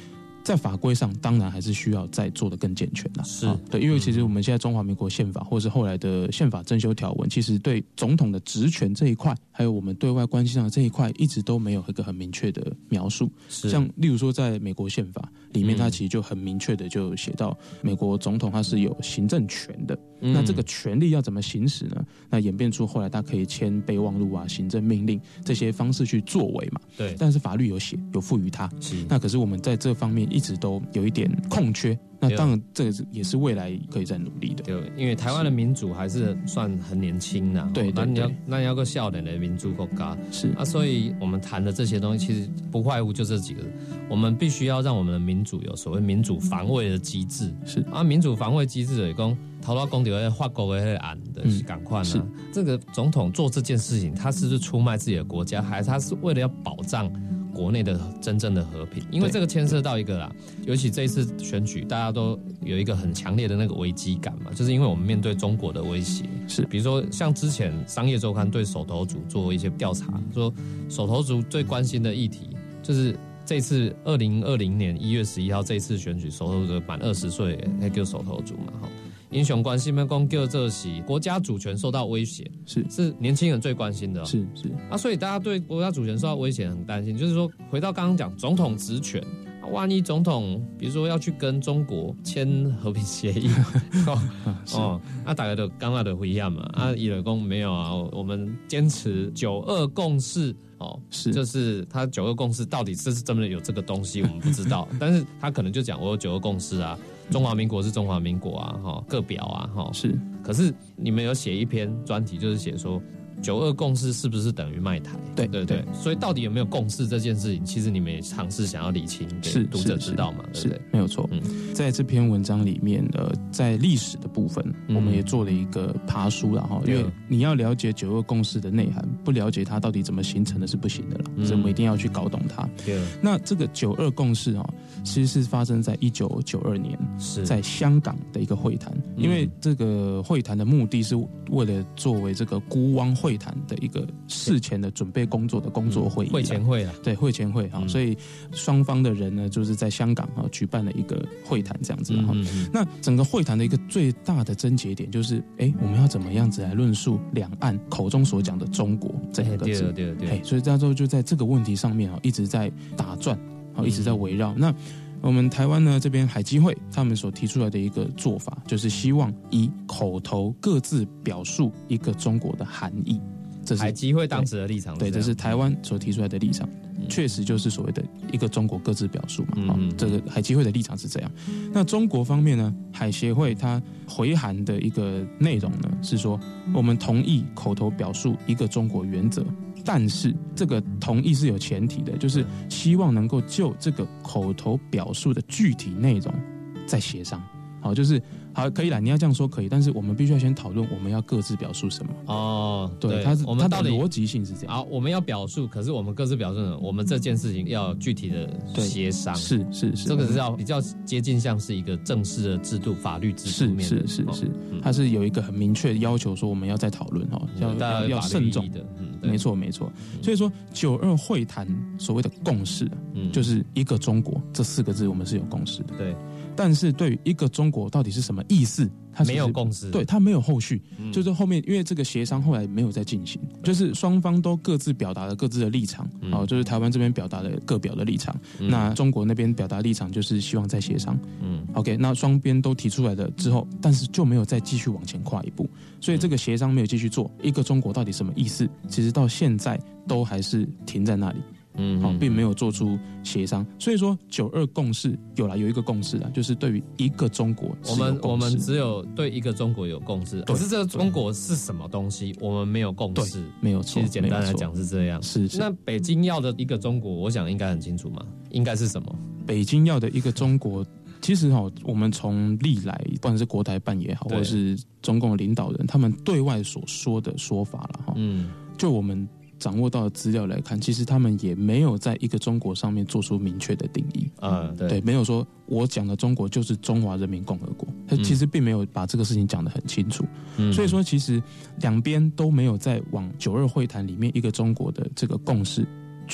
在法规上当然还是需要再做得更健全啦。 是对，因为其实我们现在中华民国宪法或是后来的宪法增修条文，其实对总统的职权这一块，还有我们对外关系上的这一块，一直都没有一个很明确的描述。像例如说在美国宪法里面，它其实就很明确的就写到，美国总统他是有行政权的。那这个权力要怎么行使呢？那演变出后来他可以签备忘录啊、行政命令这些方式去作为嘛。 对， 但是法律有写，有赋予他。那可是我们在这方面一直都有一点空缺。那当然，这个也是未来可以再努力的。 对，因为台湾的民主还是算很年轻的。 对， 那要个少年的民主国家是啊，所以我们谈的这些东西，其实不外乎就这几个。我们必须要让我们的民主有所谓民主防卫的机制。 是啊， 民主防卫机制的讲，头头讲到法国的那个案的赶快呢，这个总统做这件事情，他是不是出卖自己的国家，还是他是为了要保障国内的真正的和平？因为这个牵涉到一个啦，尤其这一次选举，大家都有一个很强烈的那个危机感嘛，就是因为我们面对中国的威胁。 是， 比如说像之前商业周刊对首投族做一些调查，说首投族最关心的议题就是这次2020年1月11号这一次选举，首投族满20岁，那叫首投族嘛，哈。英雄关心们讲叫这是国家主权受到威胁，是年轻人最关心的。 是啊，所以大家对国家主权受到威胁很担心。就是说，回到刚刚讲总统职权，万一总统比如说要去跟中国签和平协议，大家都刚刚的回应嘛，伊就讲没有啊，我们坚持9·2共识。是，就是他9·2共识到底是真的有这个东西，我们不知道。但是他可能就讲我有9·2共识啊，中华民国是中华民国啊，各表啊， 是。 可是你们有写一篇专题，就是写说9·2共识是不是等于卖台？对，所以到底有没有共识这件事情，其实你们也尝试想要理清，给读者知道嘛，对不对？ 没有错。在这篇文章里面，在历史的部分，我们也做了一个爬书啦，因为你要了解9·2共识的内涵，不了解它到底怎么形成的是不行的啦，所以我们一定要去搞懂它。那这个9·2共识其实是发生在1992年，在香港的一个会谈，因为这个会谈的目的是为了作为这个孤汪会谈的一个事前的准备工作的工作会议， 会前会啊， 对，会前会所以双方的人呢，就是在香港举办了一个会谈这样子那整个会谈的一个最大的症结点就是，我们要怎么样子来论述两岸口中所讲的中国这两个字？对，所以大家就在这个问题上面一直在打转，一直在围绕。那我们台湾呢这边海基会他们所提出来的一个做法，就是希望以口头各自表述一个中国的含义。这是海基会当时的立场， 对，这是台湾所提出来的立场，确实就是所谓的一个中国各自表述嘛。这个海基会的立场是这样。那中国方面呢，海协会它回函的一个内容呢是说，我们同意口头表述一个中国原则，但是这个同意是有前提的，就是希望能够就这个口头表述的具体内容再协商。就是好，可以啦，你要这样说可以，但是我们必须要先讨论我们要各自表述什么。对，它的逻辑性是这样。 好，我们要表述，可是我们各自表述呢，我们这件事情要具体的协商。 是， 这个是要比较接近像是一个正式的制度、法律制度面的。 是，它是有一个很明确的要求，说我们要再讨论要慎重的。没错。所以说9·2会谈所谓的共识，就是一个中国这4个字，我们是有共识的。 对。 但是对于一个中国到底是什么意思，它没有共识， 对，它没有后续，就是后面因为这个协商后来没有再进行，就是双方都各自表达了各自的立场，就是台湾这边表达了各表的立场，那中国那边表达立场就是希望再协商，OK， 那双边都提出来了之后，但是就没有再继续往前跨一步，所以这个协商没有继续做，一个中国到底什么意思，其实到现在都还是停在那里。并没有做出协商，所以说9·2共识有一个共识啦，就是对于一个中国我们只有对一个中国有共识，可是这个中国是什么东西，我们没有共识， 没有错。 其实简单来讲是这样。 是。那北京要的一个中国，我想应该很清楚嘛，应该是什么？ 北京要的一个中国，其实我们从历来不管是国台办也好，或者是中共的领导人他们对外所说的说法了就我们掌握到的资料来看，其实他们也没有在一个中国上面做出明确的定义。对，没有说我讲的中国就是中华人民共和国，他其实并没有把这个事情讲得很清楚。所以说，其实两边都没有在往9·2会谈里面一个中国的这个共识去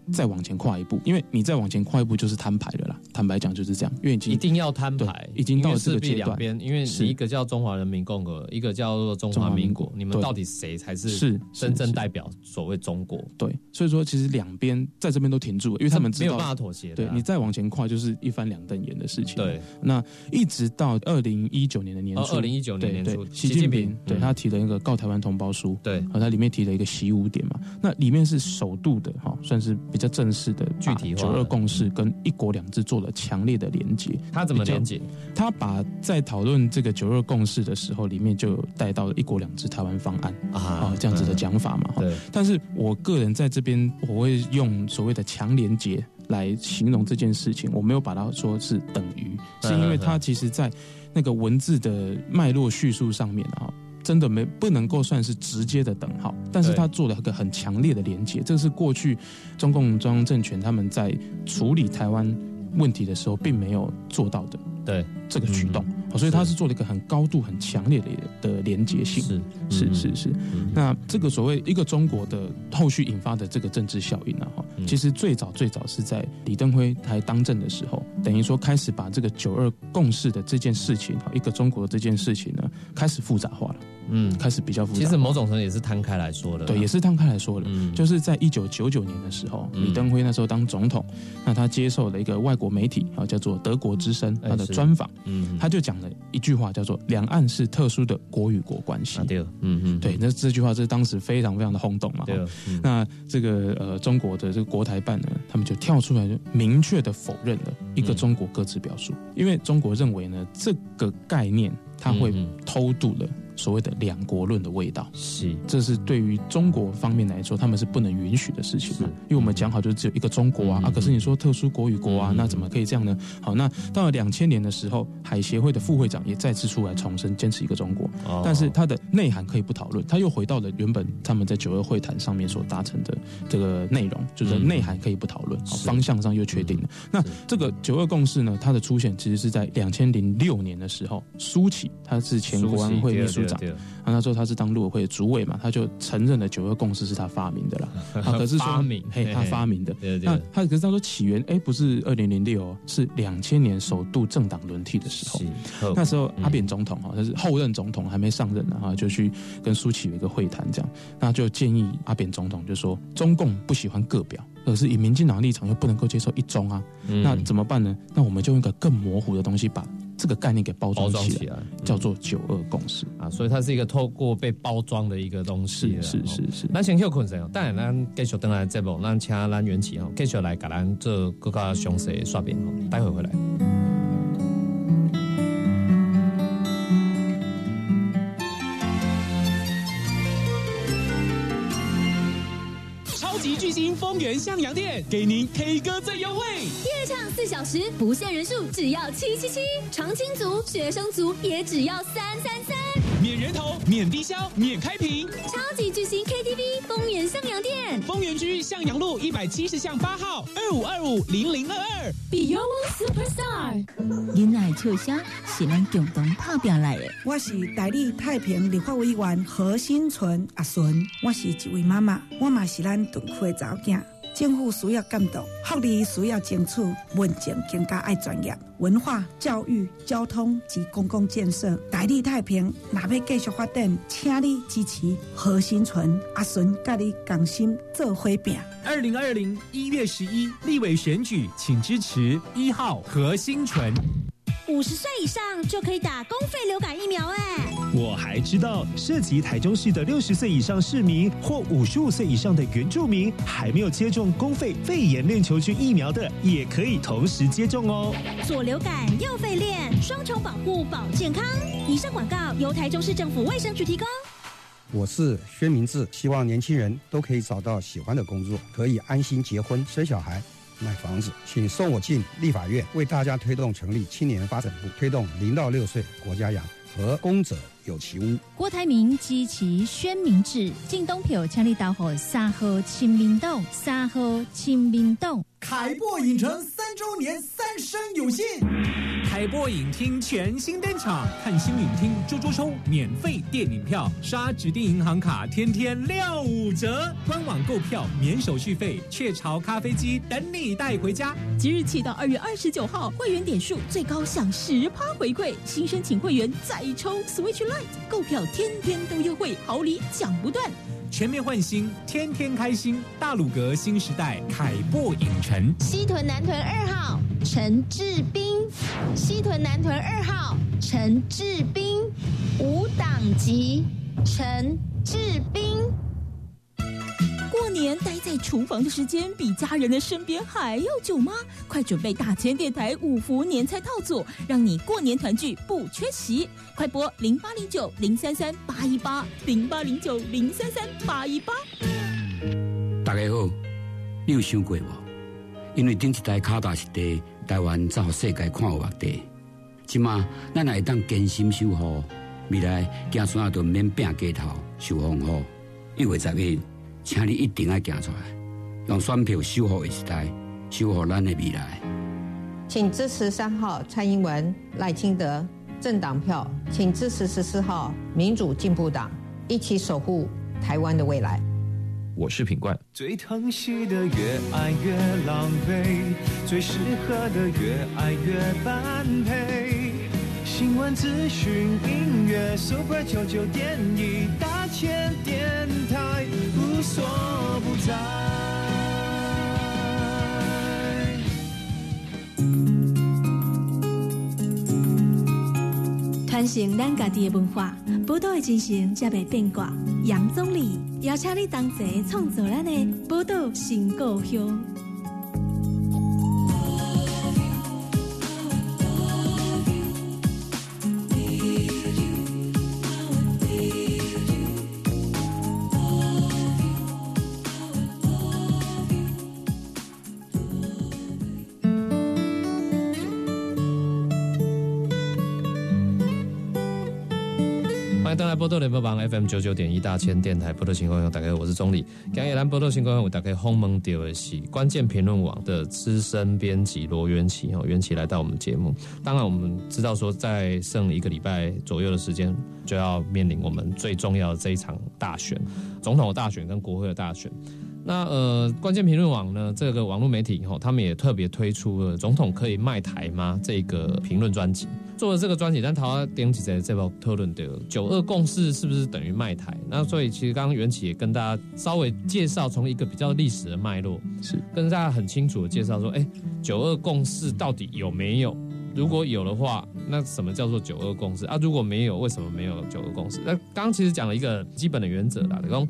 再往前跨一步，因为你再往前跨一步就是摊牌了啦。坦白讲就是这样，因为一定要摊牌， 已经到了这个阶段。 因为你一个叫中华人民共和国，一个叫做中华民国，你们到底谁才是真正代表所谓中国？ 对，所以说其实两边在这边都停住了，因为他们知道没有办法妥协的。 对，你再往前跨就是一翻两瞪眼的事情。 对， 那一直到2019年的年初 ，2019年年初， 习近平对他提了一个告台湾同胞书， 对， 他里面提了一个习5点嘛，那里面是首度的算是比较正式的具体化 9·2共识跟1国2制做了强烈的连结。 他怎么连结？ 他把在讨论这个9·2共识的时候，里面就有带到了1国2制台湾方案这样子的讲法嘛。 对， 但是我个人在这边我会用所谓的强连结来形容这件事情，我没有把它说是等于，是因为它其实在那个文字的脉络叙述上面真的不能够算是直接的等号，但是他做了一个很强烈的连结，这是过去中共中央政权他们在处理台湾问题的时候并没有做到的。 对这个举动，所以他是做了一个很高度、很强烈的连结性。是。那这个所谓一个中国的后续引发的这个政治效应其实最早是在李登辉还当政的时候，等于说开始把这个9·2共识的这件事情，一个中国的这件事情呢，开始复杂化了。开始比较复杂。 其实某种程度也是摊开来说的。 对，也是摊开来说的。就是在1999年的时候，李登辉那时候当总统，那他接受了一个外国媒体叫做德国之声他的专访，他就讲了一句话叫做“两岸是特殊的国与国关系”。对，那这句话是当时非常非常的轰动嘛。那这个中国的这个国台办呢，他们就跳出来就明确的否认了一个中国各自表述，因为中国认为呢这个概念它会偷渡了所谓的两国论的味道，这是对于中国方面来说他们是不能允许的事情嘛，因为我们讲好就是只有一个中国可是你说特殊国与国那怎么可以这样呢？好，那到了2000年的时候，海协会的副会长也再次出来重申坚持一个中国，但是它的内涵可以不讨论，他又回到了原本他们在9·2会谈上面所达成的这个内容，就是内涵可以不讨论，方向上又确定了。那这个9·2共识呢，它的出现其实是在2006年的时候，苏起他是前国安会秘书长，那时候他是当陆委会的主委嘛，他就承认了9·2共识是他发明的啦。可是说他发明的，那他可是他说起源不是2006是2000年首度政党轮替的时候，那时候阿扁总统他是后任总统还没上任呢，就去跟苏起有一个会谈，这样那就建议阿扁总统就说中共不喜欢各表，可是以民进党立场又不能够接受一中那怎么办呢？那我们就用一个更模糊的东西把这个概念给包装起来，叫做9·2共识所以它是一个透过被包装的一个东西。 是。 咱先休困先，当然咱继续回来节目，咱请咱元启继续来给咱做更加详细的说明待会回来。 超级巨星丰原向阳店给您 K 歌最优惠， 第二场4小时不限人数，只要777，长青族、学生族也只要333， 免人头、免低消、免开瓶。 超级巨星 KTV 丰原向阳店， 丰原区向阳路170巷8号25250022。 Beyond Superstar， 囡仔笑声是咱共同打拼来的。 我是台里太平立法委员何新存阿孙，我是一位妈妈，我嘛是咱屯区的查某囝。政府需要监督，福利需要争取，民政更加爱专业。文化、教育、交通及公共建设，台里太平若要继续发展，请你支持何新存阿孙，甲你同心做伙拼。 2020 1月11立委选举，请支持1号何新存。 50岁以上就可以打公费流感疫苗我还知道，涉及台中市的60岁以上市民或55岁以上的原住民，还没有接种公费肺炎链球菌疫苗的，也可以同时接种哦。 左流感，右肺链，双重保护保健康。以上广告由台中市政府卫生局提供。 我是薛明志，希望年轻人都可以找到喜欢的工作，可以安心结婚生小孩买房子，请送我进立法院，为大家推动成立青年发展部，推动0到6岁国家养和公者有其屋。 郭台铭支持宣明志，进东票请你投给3號親民黨，3號親民黨。 凯擘影城3周年3生有幸， 凯擘影厅全新登场，看新影厅周抽免费电影票，刷指定银行卡天天65折，官网购票免手续费，雀巢咖啡机等你带回家。 即日起到2月29号，会员点数最高享10%回馈，新申请会员再抽 Switch Lite， 购票天天都优惠，好礼奖不断。 全面换新，天天开心，大鲁阁新时代凯擘影城。 西屯南屯2号陈志斌，西屯南屯2号陈志斌，无党籍陈志斌。 过年待在厨房的时间比家人的身边还要久吗？快准备大千电台5福年菜套组，让你过年团聚不缺席。快拨0809-033-818，0809-033-818。 大家好，你有想过无？因为顶一台卡达是地，台湾才互世界看有目地。即马咱也会当坚心守护，未来子孙仔就免拼街头受风雨。1月11日。请你一定要行出来，用选票守护的时代，守护咱的未来。 请支持3号蔡英文、赖清德政党票，请支持14号民主进步党，一起守护台湾的未来。 我是品冠。 最疼惜的越爱越狼狈，最适合的越爱越般配。新闻资讯音乐 Super 99.1大千电台无所不在。 传承咱家己的文化，宝岛的精神才袂变卦。杨总理邀请你同齐创造咱的宝岛新故乡。 欢迎登来波多联播榜 FM 99.1大千电台波多情况，大家好，我是钟理。今日咱波多情况，我大概访问到的是关键评论网的资深编辑罗元琪，元琪来到我们节目。当然，我们知道说，在剩1个礼拜左右的时间，就要面临我们最重要的这一场大选，总统的大选跟国会的大选。那关键评论网呢，这个网络媒体他们也特别推出了总统可以卖台吗这个评论专辑。做了这个专辑，但台湾顶几在这包讨论的9·2共识是不是等于卖台？那所以其实刚刚元琪也跟大家稍微介绍，从一个比较历史的脉络， 是跟大家很清楚的介绍说，9·2共识到底有没有？如果有的话，那什么叫做9·2共识啊？如果没有，为什么没有9·2共识？那刚刚其实讲了一个基本的原则啦，讲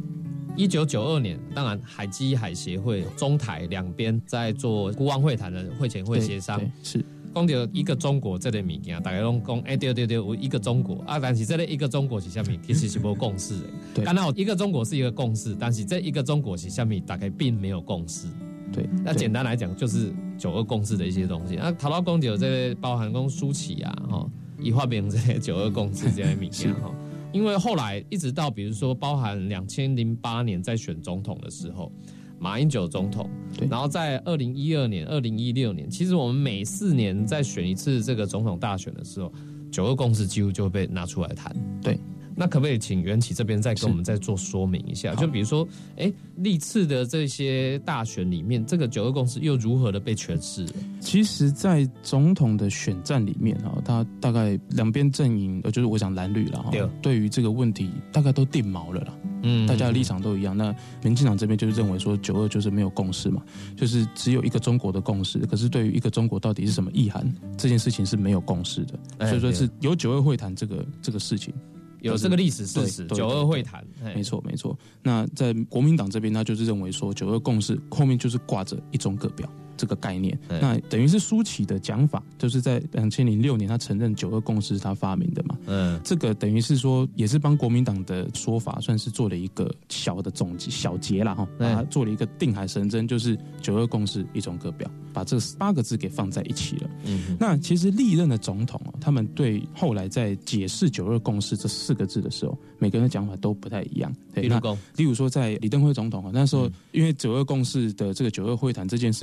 1992年，当然海基海协会中台两边在做孤汪会谈的会前会协商， 是讲到一个中国这类物件，大家拢讲对，有一个中国啊，但是这类一个中国是什么？其实是没有共识的。刚好一个中国是一个共识，但是这一个中国是什么？大概并没有共识。 对， 那简单来讲就是9·2共识的一些东西。那讨论讲到这类包含讲舒淇啊，以化变成这些9·2共识这些物件哈。因为后来一直到比如说包含2008年在选总统的时候，马英九总统，然后在2012年、2016年，其实我们每4年在选一次这个总统大选的时候，9·2共识几乎就被拿出来谈。 对， 那可不可以请元琪这边再跟我们再做说明一下？就比如说，历次的这些大选里面，这个9·2共识又如何的被诠释？ 其实，在总统的选战里面他大概两边阵营，就是我讲蓝绿了对于这个问题大概都定锚了啦。大家的立场都一样。那民进党这边就是认为说9·2就是没有共识嘛，就是只有一个中国的共识。可是对于一个中国到底是什么意涵，这件事情是没有共识的。所以说是有9·2会谈这个事情。 有这个历史事实，9·2会谈， 没错。那在国民党这边，他就是认为说9·2共识后面就是挂着一中各表这个概念。那等于是舒淇的讲法，就是在2006年他承认9·2共识是他发明的嘛。这个等于是说也是帮国民党的说法算是做了一个小的小结啦把它做了一个定海神针，就是9·2共识一中各表，把这8个字给放在一起了。那其实历任的总统他们对后来在解释9·2共识这4个字的时候，每个人的讲法都不太一样。例如说在李登辉总统那时候，因为9·2共识的这个9·2会谈这件事情是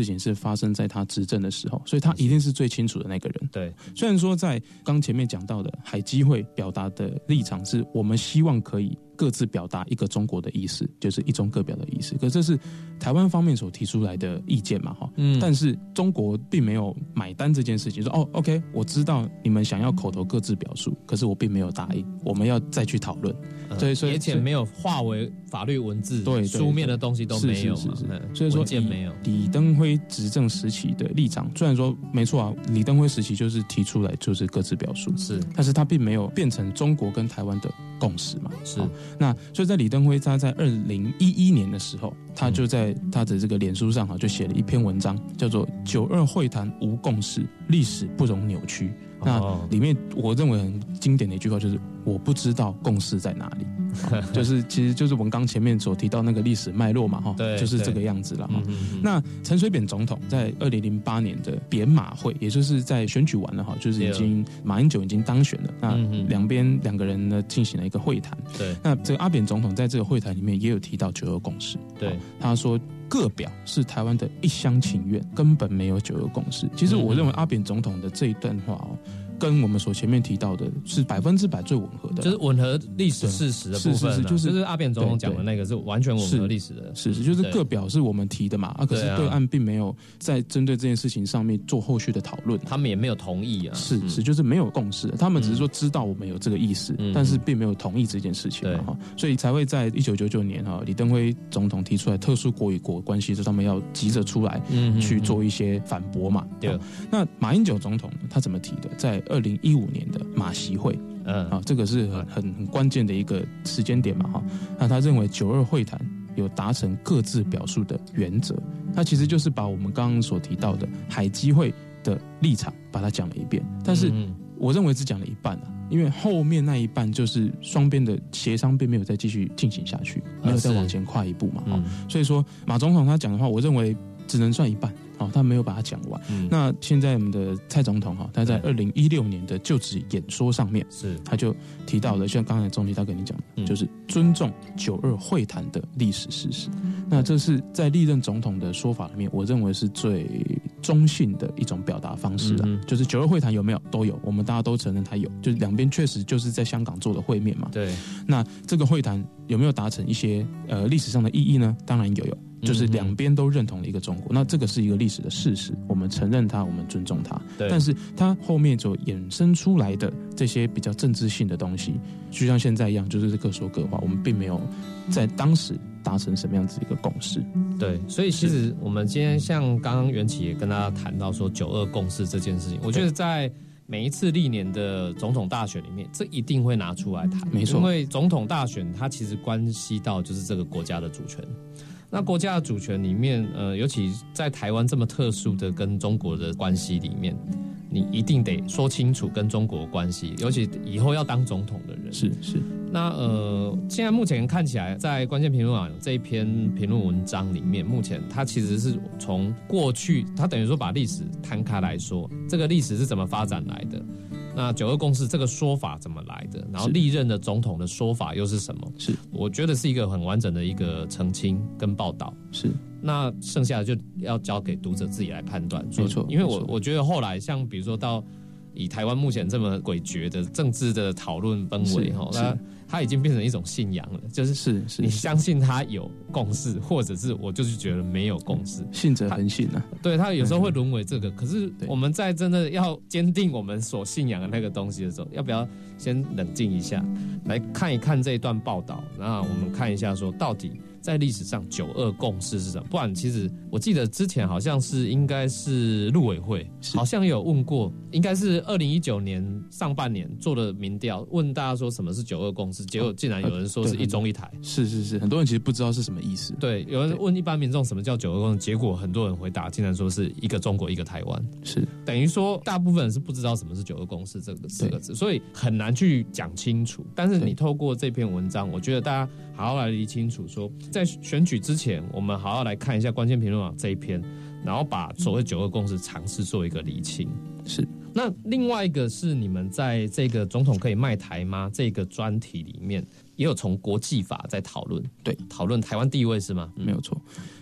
发生在他执政的时候，所以他一定是最清楚的那个人。 对， 虽然说在刚前面讲到的海基会表达的立场是我们希望可以各自表达一个中国的意思，就是一中各表的意思，可是这是台湾方面所提出来的意见嘛，但是中国并没有买单这件事情，说哦 OK 我知道你们想要口头各自表述，可是我并没有答应，我们要再去讨论， 所以而且没有化为法律文字，对，书面的东西都没有嘛， 所以说没有。 李登辉执政时期的立场，虽然说没错啊，李登辉时期就是提出来就是各自表述， 是， 但是他并没有变成中国跟台湾的共识嘛， 是。 那所以在李登辉他在2011年的时候，他就在他的这个脸书上就写了一篇文章，叫做“92会谈无共识，历史不容扭曲”。那里面我认为很经典的一句话就是我不知道共识在哪里，其实就是我们刚前面所提到那个历史脉络嘛，就是这个样子了。那陈水扁总统在2008年的扁马会，也就是在选举完了就是已经马英九已经当选了，那两个人呢进行了一个会谈。 对， 那这个阿扁总统在这个会谈里面也有提到92共识。 对， 他说各表是台湾的一厢情愿，根本没有92共识。其实我认为阿扁总统的这一段话跟我们所前面提到的是100%最吻合的， 就是吻合历史事实的部分，就是阿扁总统讲的那个是完全吻合历史的， 是就是各表是我们提的嘛，可是对岸并没有在针对这件事情上面做后续的讨论， 他们也没有同意啊， 是就是没有共识，他们只是说知道我们有这个意思，但是并没有同意这件事情嘛，所以才会在1999年李登辉总统提出来特殊国与国关系，他们要急着出来去做一些反驳嘛。 对， 那马英九总统他怎么提的？在2015年的马习会，这个是很关键的一个时间点嘛，那他认为92会谈有达成各自表述的原则，他其实就是把我们刚刚所提到的海基会的立场把它讲了一遍，但是我认为只讲了一半因为后面那一半就是双边的协商并没有再继续进行下去，没有再往前跨一步嘛，所以说马总统他讲的话，我认为只能算一半，他没有把它讲完。那现在我们的蔡总统他在2016年的就职演说上面，他就提到了，像刚才钟提他跟你讲的，就是尊重92会谈的历史事实。那这是在历任总统的说法里面，我认为是最中性的一种表达方式啦。就是92会谈有没有都有，我们大家都承认它有，就是两边确实就是在香港做的会面嘛。 对， 那这个会谈有没有达成一些历史上的意义呢？当然有。就是两边都认同了一个中国，那这个是一个历史的事实，我们承认它，我们尊重它。但是它后面所衍生出来的这些比较政治性的东西，就像现在一样，就是各说各话，我们并没有在当时达成什么样子一个共识。 对，所以其实我们今天像刚刚袁启也跟大家谈到说92共识这件事情，我觉得在每一次历年的总统大选里面，这一定会拿出来谈， 没错， 因为总统大选它其实关系到就是这个国家的主权。那国家的主权里面，尤其在台湾这么特殊的跟中国的关系里面，你一定得说清楚跟中国的关系，尤其以后要当总统的人。 是。 那现在目前看起来，在关键评论网这一篇评论文章里面，目前它其实是从过去，它等于说把历史摊开来说，这个历史是怎么发展来的。那92共识这个说法怎么来的？然后历任的总统的说法又是什么？ 是， 我觉得是一个很完整的一个澄清跟报道。 是， 那剩下的就要交给读者自己来判断。 没错， 因为我觉得后来像比如说到以台湾目前这么诡谲的政治的讨论氛围哈，它已经变成一种信仰了，就是你相信它有共识，或者是我就是觉得没有共识， 信者恒信啊。 对，它有时候会沦为这个。可是我们在真的要坚定我们所信仰的那个东西的时候，要不要先冷静一下，来看一看这一段报道，然后我们看一下说到底在历史上92共识是什么？不然其实我记得之前好像是应该是陆委会好像有问过，应该是2019年上半年做的民调，问大家说什么是92共识，结果竟然有人说是一中一台。 是，很多人其实不知道是什么意思。 对，有人问一般民众什么叫92共识，结果很多人回答竟然说是一个中国一个台湾。 是， 等于说大部分人是不知道什么是92共识这个4个字，所以很难去讲清楚。但是你透过这篇文章，我觉得大家好好来理清楚说，在选举之前，我们好好来看一下关键评论网这一篇，然后把所谓92共识尝试做一个厘清。 是。 那另外一个是你们在这个总统可以卖台吗这个专题里面，也有从国际法在讨论， 对， 讨论台湾地位是吗？ 没有错。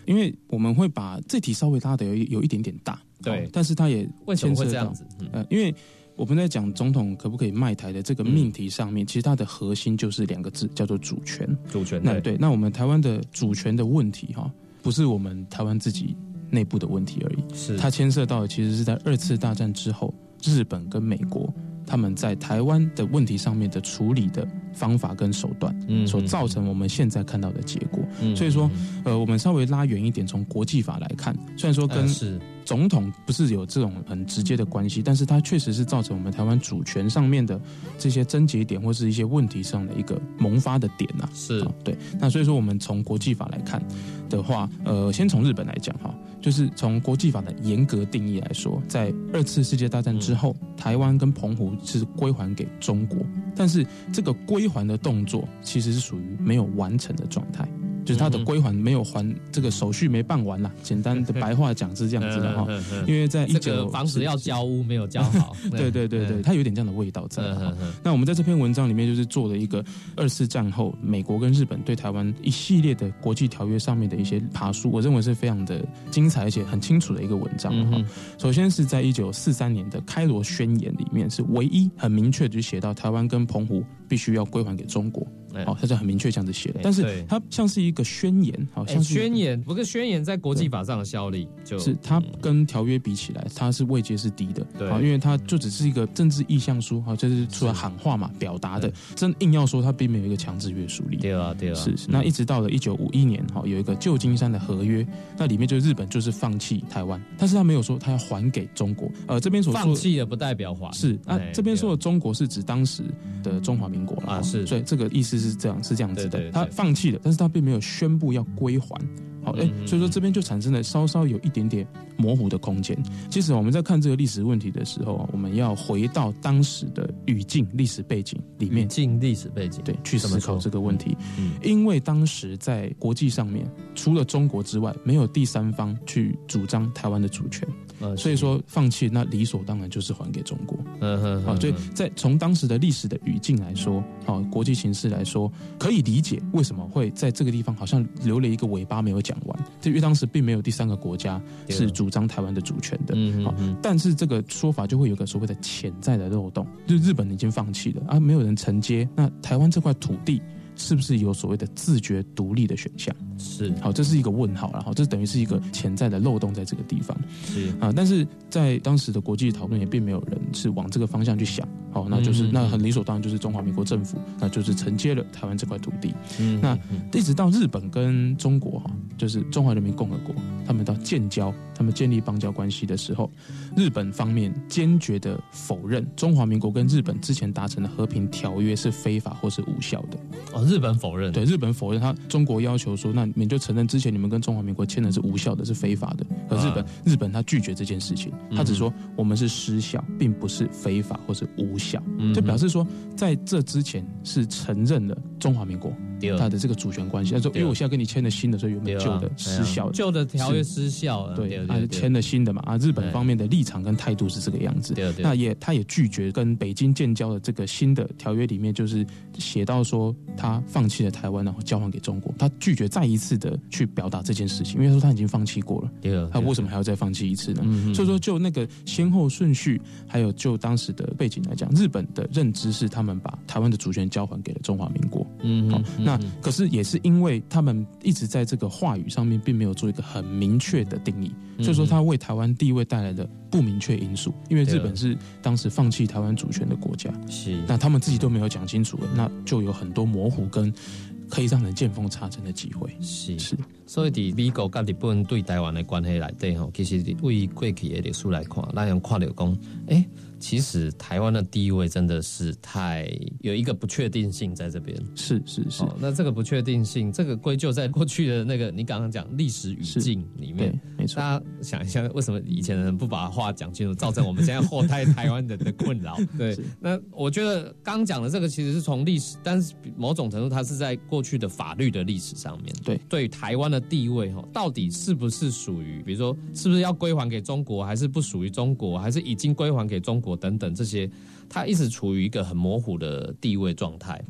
因为我们会把这题稍微拉的有一点点大， 对， 但是它也为什么会这样子？ 因为我们在讲总统可不可以卖台的这个命题上面，其实它的核心就是2个字，叫做主权。 主权， 对。那我们台湾的主权的问题不是我们台湾自己内部的问题而已， 是它牵涉到的其实是在2次大战之后，日本跟美国他们在台湾的问题上面的处理的方法跟手段，所造成我们现在看到的结果。所以说，我们稍微拉远一点，从国际法来看，虽然说跟总统不是有这种很直接的关系，但是它确实是造成我们台湾主权上面的这些症结点或是一些问题上的一个萌发的点啊。 是对。那所以说，我们从国际法来看的话，先从日本来讲就是从国际法的严格定义来说，在2次世界大战之后，台湾跟澎湖是归还给中国，但是这个归还的动作其实是属于没有完成的状态。就是它的归还没有还，这个手续没办完啦。简单的白话讲是这样子的因为在这个房子要交屋没有交好， 对，它有点这样的味道在。那我们在这篇文章里面就是做了一个2次战后美国跟日本对台湾一系列的国际条约上面的一些爬梳，我认为是非常的精彩而且很清楚的一个文章。首先是在1943年的开罗宣言里面，是唯一很明确就写到台湾跟澎湖必须要归还给中国。它就很明确这样子写的，但是它像是一个宣言，好像是宣言，不过宣言在国际法上的效力就是它跟条约比起来，它是位阶是低的，因为它就只是一个政治意向书，就是出来喊话嘛，表达的，真硬要说它并没有一个强制约束力。 对啊， 是。那一直到了1951年，有一个旧金山的合约，那里面就日本就是放弃台湾，但是他没有说他要还给中国。这边所说放弃了不代表还， 是这边说的中国是指当时的中华民国了是， 所以这个意思是这样子的，他放弃了，但是他并没有宣布要归还。所以说这边就产生了稍稍有一点点模糊的空间。其实我们在看这个历史问题的时候，我们要回到当时的语境、历史背景里面， 历史背景， 对，去思考这个问题。因为当时在国际上面，除了中国之外，没有第三方去主张台湾的主权。所以说放弃那理所当然就是还给中国。所以在从当时的历史的语境来说，国际形势来说，可以理解为什么会在这个地方好像留了一个尾巴没有讲完，因为当时并没有第3个国家是主张台湾的主权的。但是这个说法就会有个所谓的潜在的漏洞，就是日本已经放弃了没有人承接，那台湾这块土地是不是有所谓的自觉独立的选项？ 是， 这是一个问号了，这等于是一个潜在的漏洞在这个地方。 是但是在当时的国际讨论也并没有人是往这个方向去想。那就是那很理所当然就是中华民国政府，那就是承接了台湾这块土地。那一直到日本跟中国就是中华人民共和国，他们到建交，他们建立邦交关系的时候，日本方面坚决的否认中华民国跟日本之前达成的和平条约是非法或是无效的。 日本否认？ 对，日本否认。中国要求说，那你们就承认之前你们跟中华民国签的是无效的，是非法的。而日本他拒绝这件事情，他只说我们是失效，并不是非法或是无效。就表示说，在这之前是承认了中华民国他的这个主权关系。他说，因为我现在跟你签了新的，所以原本旧的失效了， 旧的条约失效了。 对，签了新的嘛。日本方面的立场跟态度是这个样子。那他也拒绝跟北京建交的这个新的条约里面，就是写到说他放弃了台湾，然后交还给中国。他拒绝再一次的去表达这件事情，因为他说他已经放弃过了，他为什么还要再放弃一次呢？所以说，就那个先后顺序，还有就当时的背景来讲，日本的认知是他们把台湾的主权交还给了中华民国。那可是也是因为他们一直在这个话语上面并没有做一个很明确的定义，所以说他为台湾地位带来的不明确因素。因为日本是当时放弃台湾主权的国家，那他们自己都没有讲清楚了，那就有很多模糊跟可以让人见缝插针的机会。 是，所以在美国跟日本对台湾的关系来底，其实为过去的历史来看，咱用看到讲，其实台湾的地位真的是太有一个不确定性在这边。 是、 那这个不确定性，这个归咎在过去的那个你刚刚讲历史语境里面。 没错。 大家想一下，为什么以前的人不把话讲清楚，造成我们现在后代台湾人的困扰？对。那我觉得刚讲的这个其实是从历史，但是某种程度它是在过去的法律的历史上面。对于台湾的地位到底是不是属于，比如说是不是要归还给中国，还是不属于中国，还是已经归还给中国等等这些，它一直处于一个很模糊的地位状态。 对。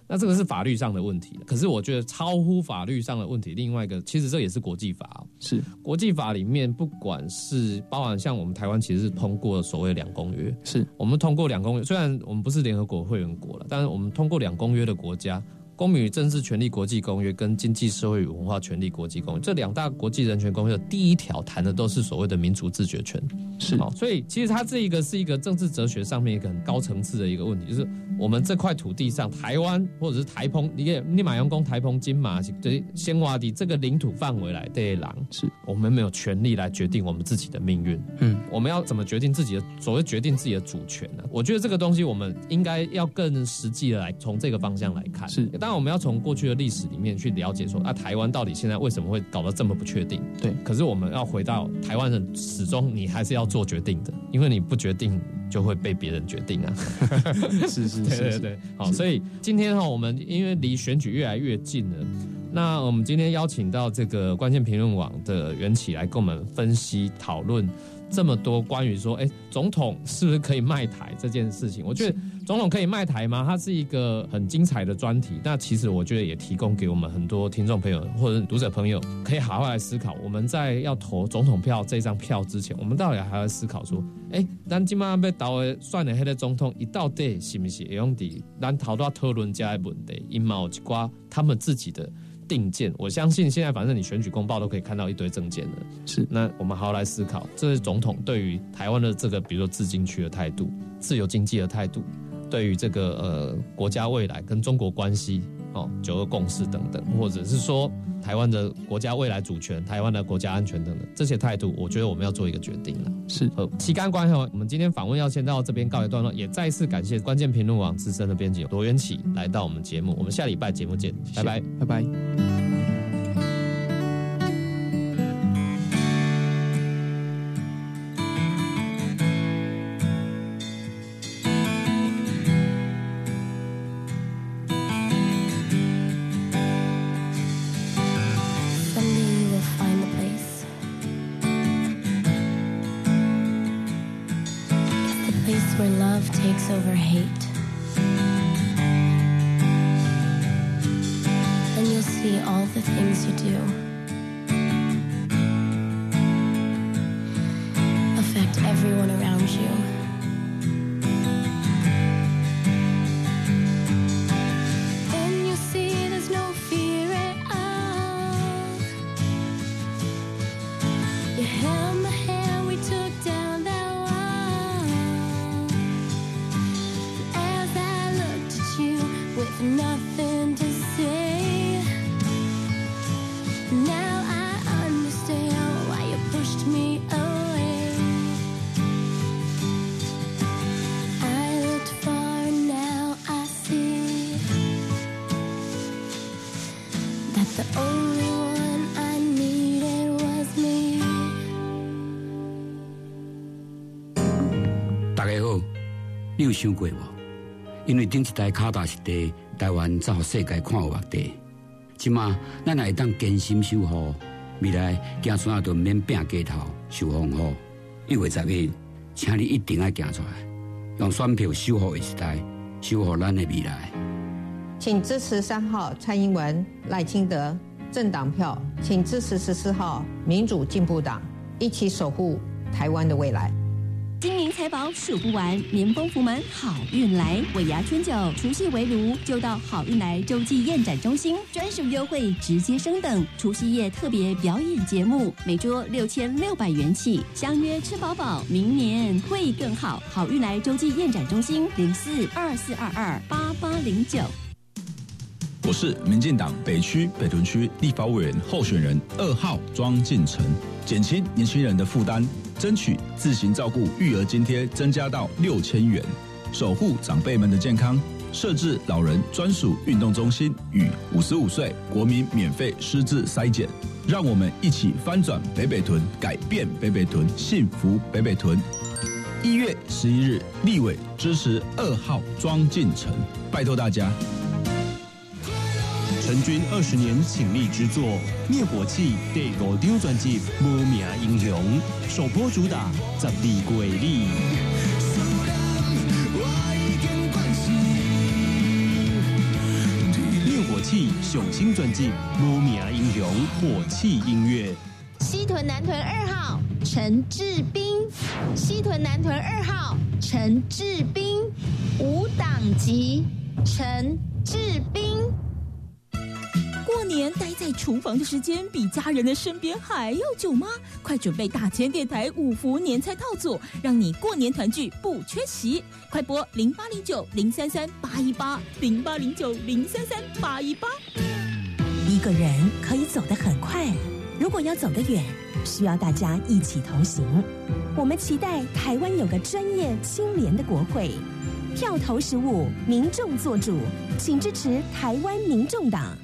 那这个是法律上的问题，可是我觉得超乎法律上的问题，另外一个其实这也是国际法， 是国际法里面不管是包含像我们台湾其实是通过所谓2公约， 是我们通过2公约，虽然我们不是联合国会员国了，但是我们通过2公约的国家，公民与政治权利国际公约跟经济社会与文化权利国际公约，这2大国际人权公约的第1条谈的都是所谓的民主自决权， 是， 所以其实它这一个是一个政治哲学上面一个很高层次的一个问题，就是我们这块土地上，台湾或者是台澎，你马阳公台澎金马对先挖地这个领土范围来对狼， 是我们没有权利来决定我们自己的命运，我们要怎么决定自己的所谓决定自己的主权呢？我觉得这个东西我们应该要更实际的来从这个方向来看， 是。 当然我们要从过去的历史里面去了解说台湾到底现在为什么会搞得这么不确定， 对， 可是我们要回到台湾人始终你还是要做决定的，因为你不决定就会被别人决定啊。 是对，好，所以今天我们因为离选举越来越近了，那我们今天邀请到这个关键评论网的缘起来跟我们分析讨论这么多关于说总统是不是可以卖台这件事情。我觉得总统可以卖台吗？它是一个很精彩的专题，那其实我觉得也提供给我们很多听众朋友或者读者朋友可以好好来思考，我们在要投总统票这张票之前，我们到底还要思考说咱现在要投的选的那个总统他到底是不是会用在咱头大讨论这些问题，他们有一些他们自己的定见。我相信现在反正你选举公报都可以看到一堆政见了， 是。 那我们好好来思考，这是总统对于台湾的这个比如说自经区的态度、自由经济的态度，对于这个国家未来跟中国关系9·2共识等等，或者是说台湾的国家未来主权、台湾的国家安全等等这些态度，我觉得我们要做一个决定了。 是。 期间关系，我们今天访问要先到这边告一段落，也再次感谢关键评论网资深的编辑罗元启来到我们节目，我们下礼拜节目见，拜拜， 拜拜。 Takes over hate, and you'll see all the things you do affect everyone around you. And you'll see there's no fear at all. You held my hand, we took down that wall. With nothing to say, now I understand why you pushed me away. I looked far, now I see that the only one I needed was me. 大家好，你有想过无？因为顶一台卡达是地，台湾才互世界看有目地。即马咱会当坚心守护，未来子孙就免拼街头受风雨。1月11日，请你一定要行出来，用选票守护的时代，守护咱的未来。 请支持3号蔡英文、赖清德政党票，请支持14号民主进步党，一起守护台湾的未来。 金银财宝数不完，年丰福满好运来。尾牙春酒、除夕围炉，就到好运来洲际宴展中心，专属优惠直接升等。除夕夜特别表演节目，每桌6600元起，相约吃饱饱，明年会更好。好运来洲际宴展中心0424228809。 我是民进党北区北屯区立法委员候选人2号庄敬诚，减轻年轻人的负担，争取自行照顾育儿津贴增加到6000元，守护长辈们的健康，设置老人专属运动中心与55岁国民免费失智筛检，让我们一起翻转北北屯，改变北北屯，幸福北北屯。1月11日，立委支持2号庄敬诚，拜托大家。 成军20年倾力之作，灭火器第5张专辑《无名英雄》，首播主打《十里鬼里》。 起上新专辑《无名英雄火气音乐》。 西屯南屯2号陈志斌，西屯南屯2号陈志斌，无党籍陈志斌。 过年待在厨房的时间比家人的身边还要久吗？快准备大千电台5福年菜套组，让你过年团聚不缺席。快拨0809-033-818，0809-033-818。 一个人可以走得很快，如果要走得远，需要大家一起同行。我们期待台湾有个专业清廉的国会，票投实务，民众做主，请支持台湾民众党。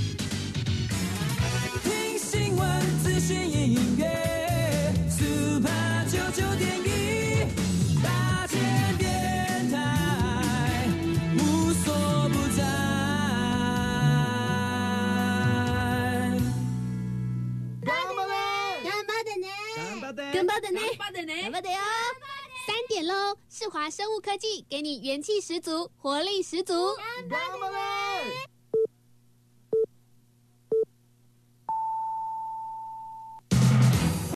听新闻、资讯、音乐 ，Super 99.1，大千电台无所不在。 干巴的呢！3点喽！世华生物科技给你元气十足，活力十足。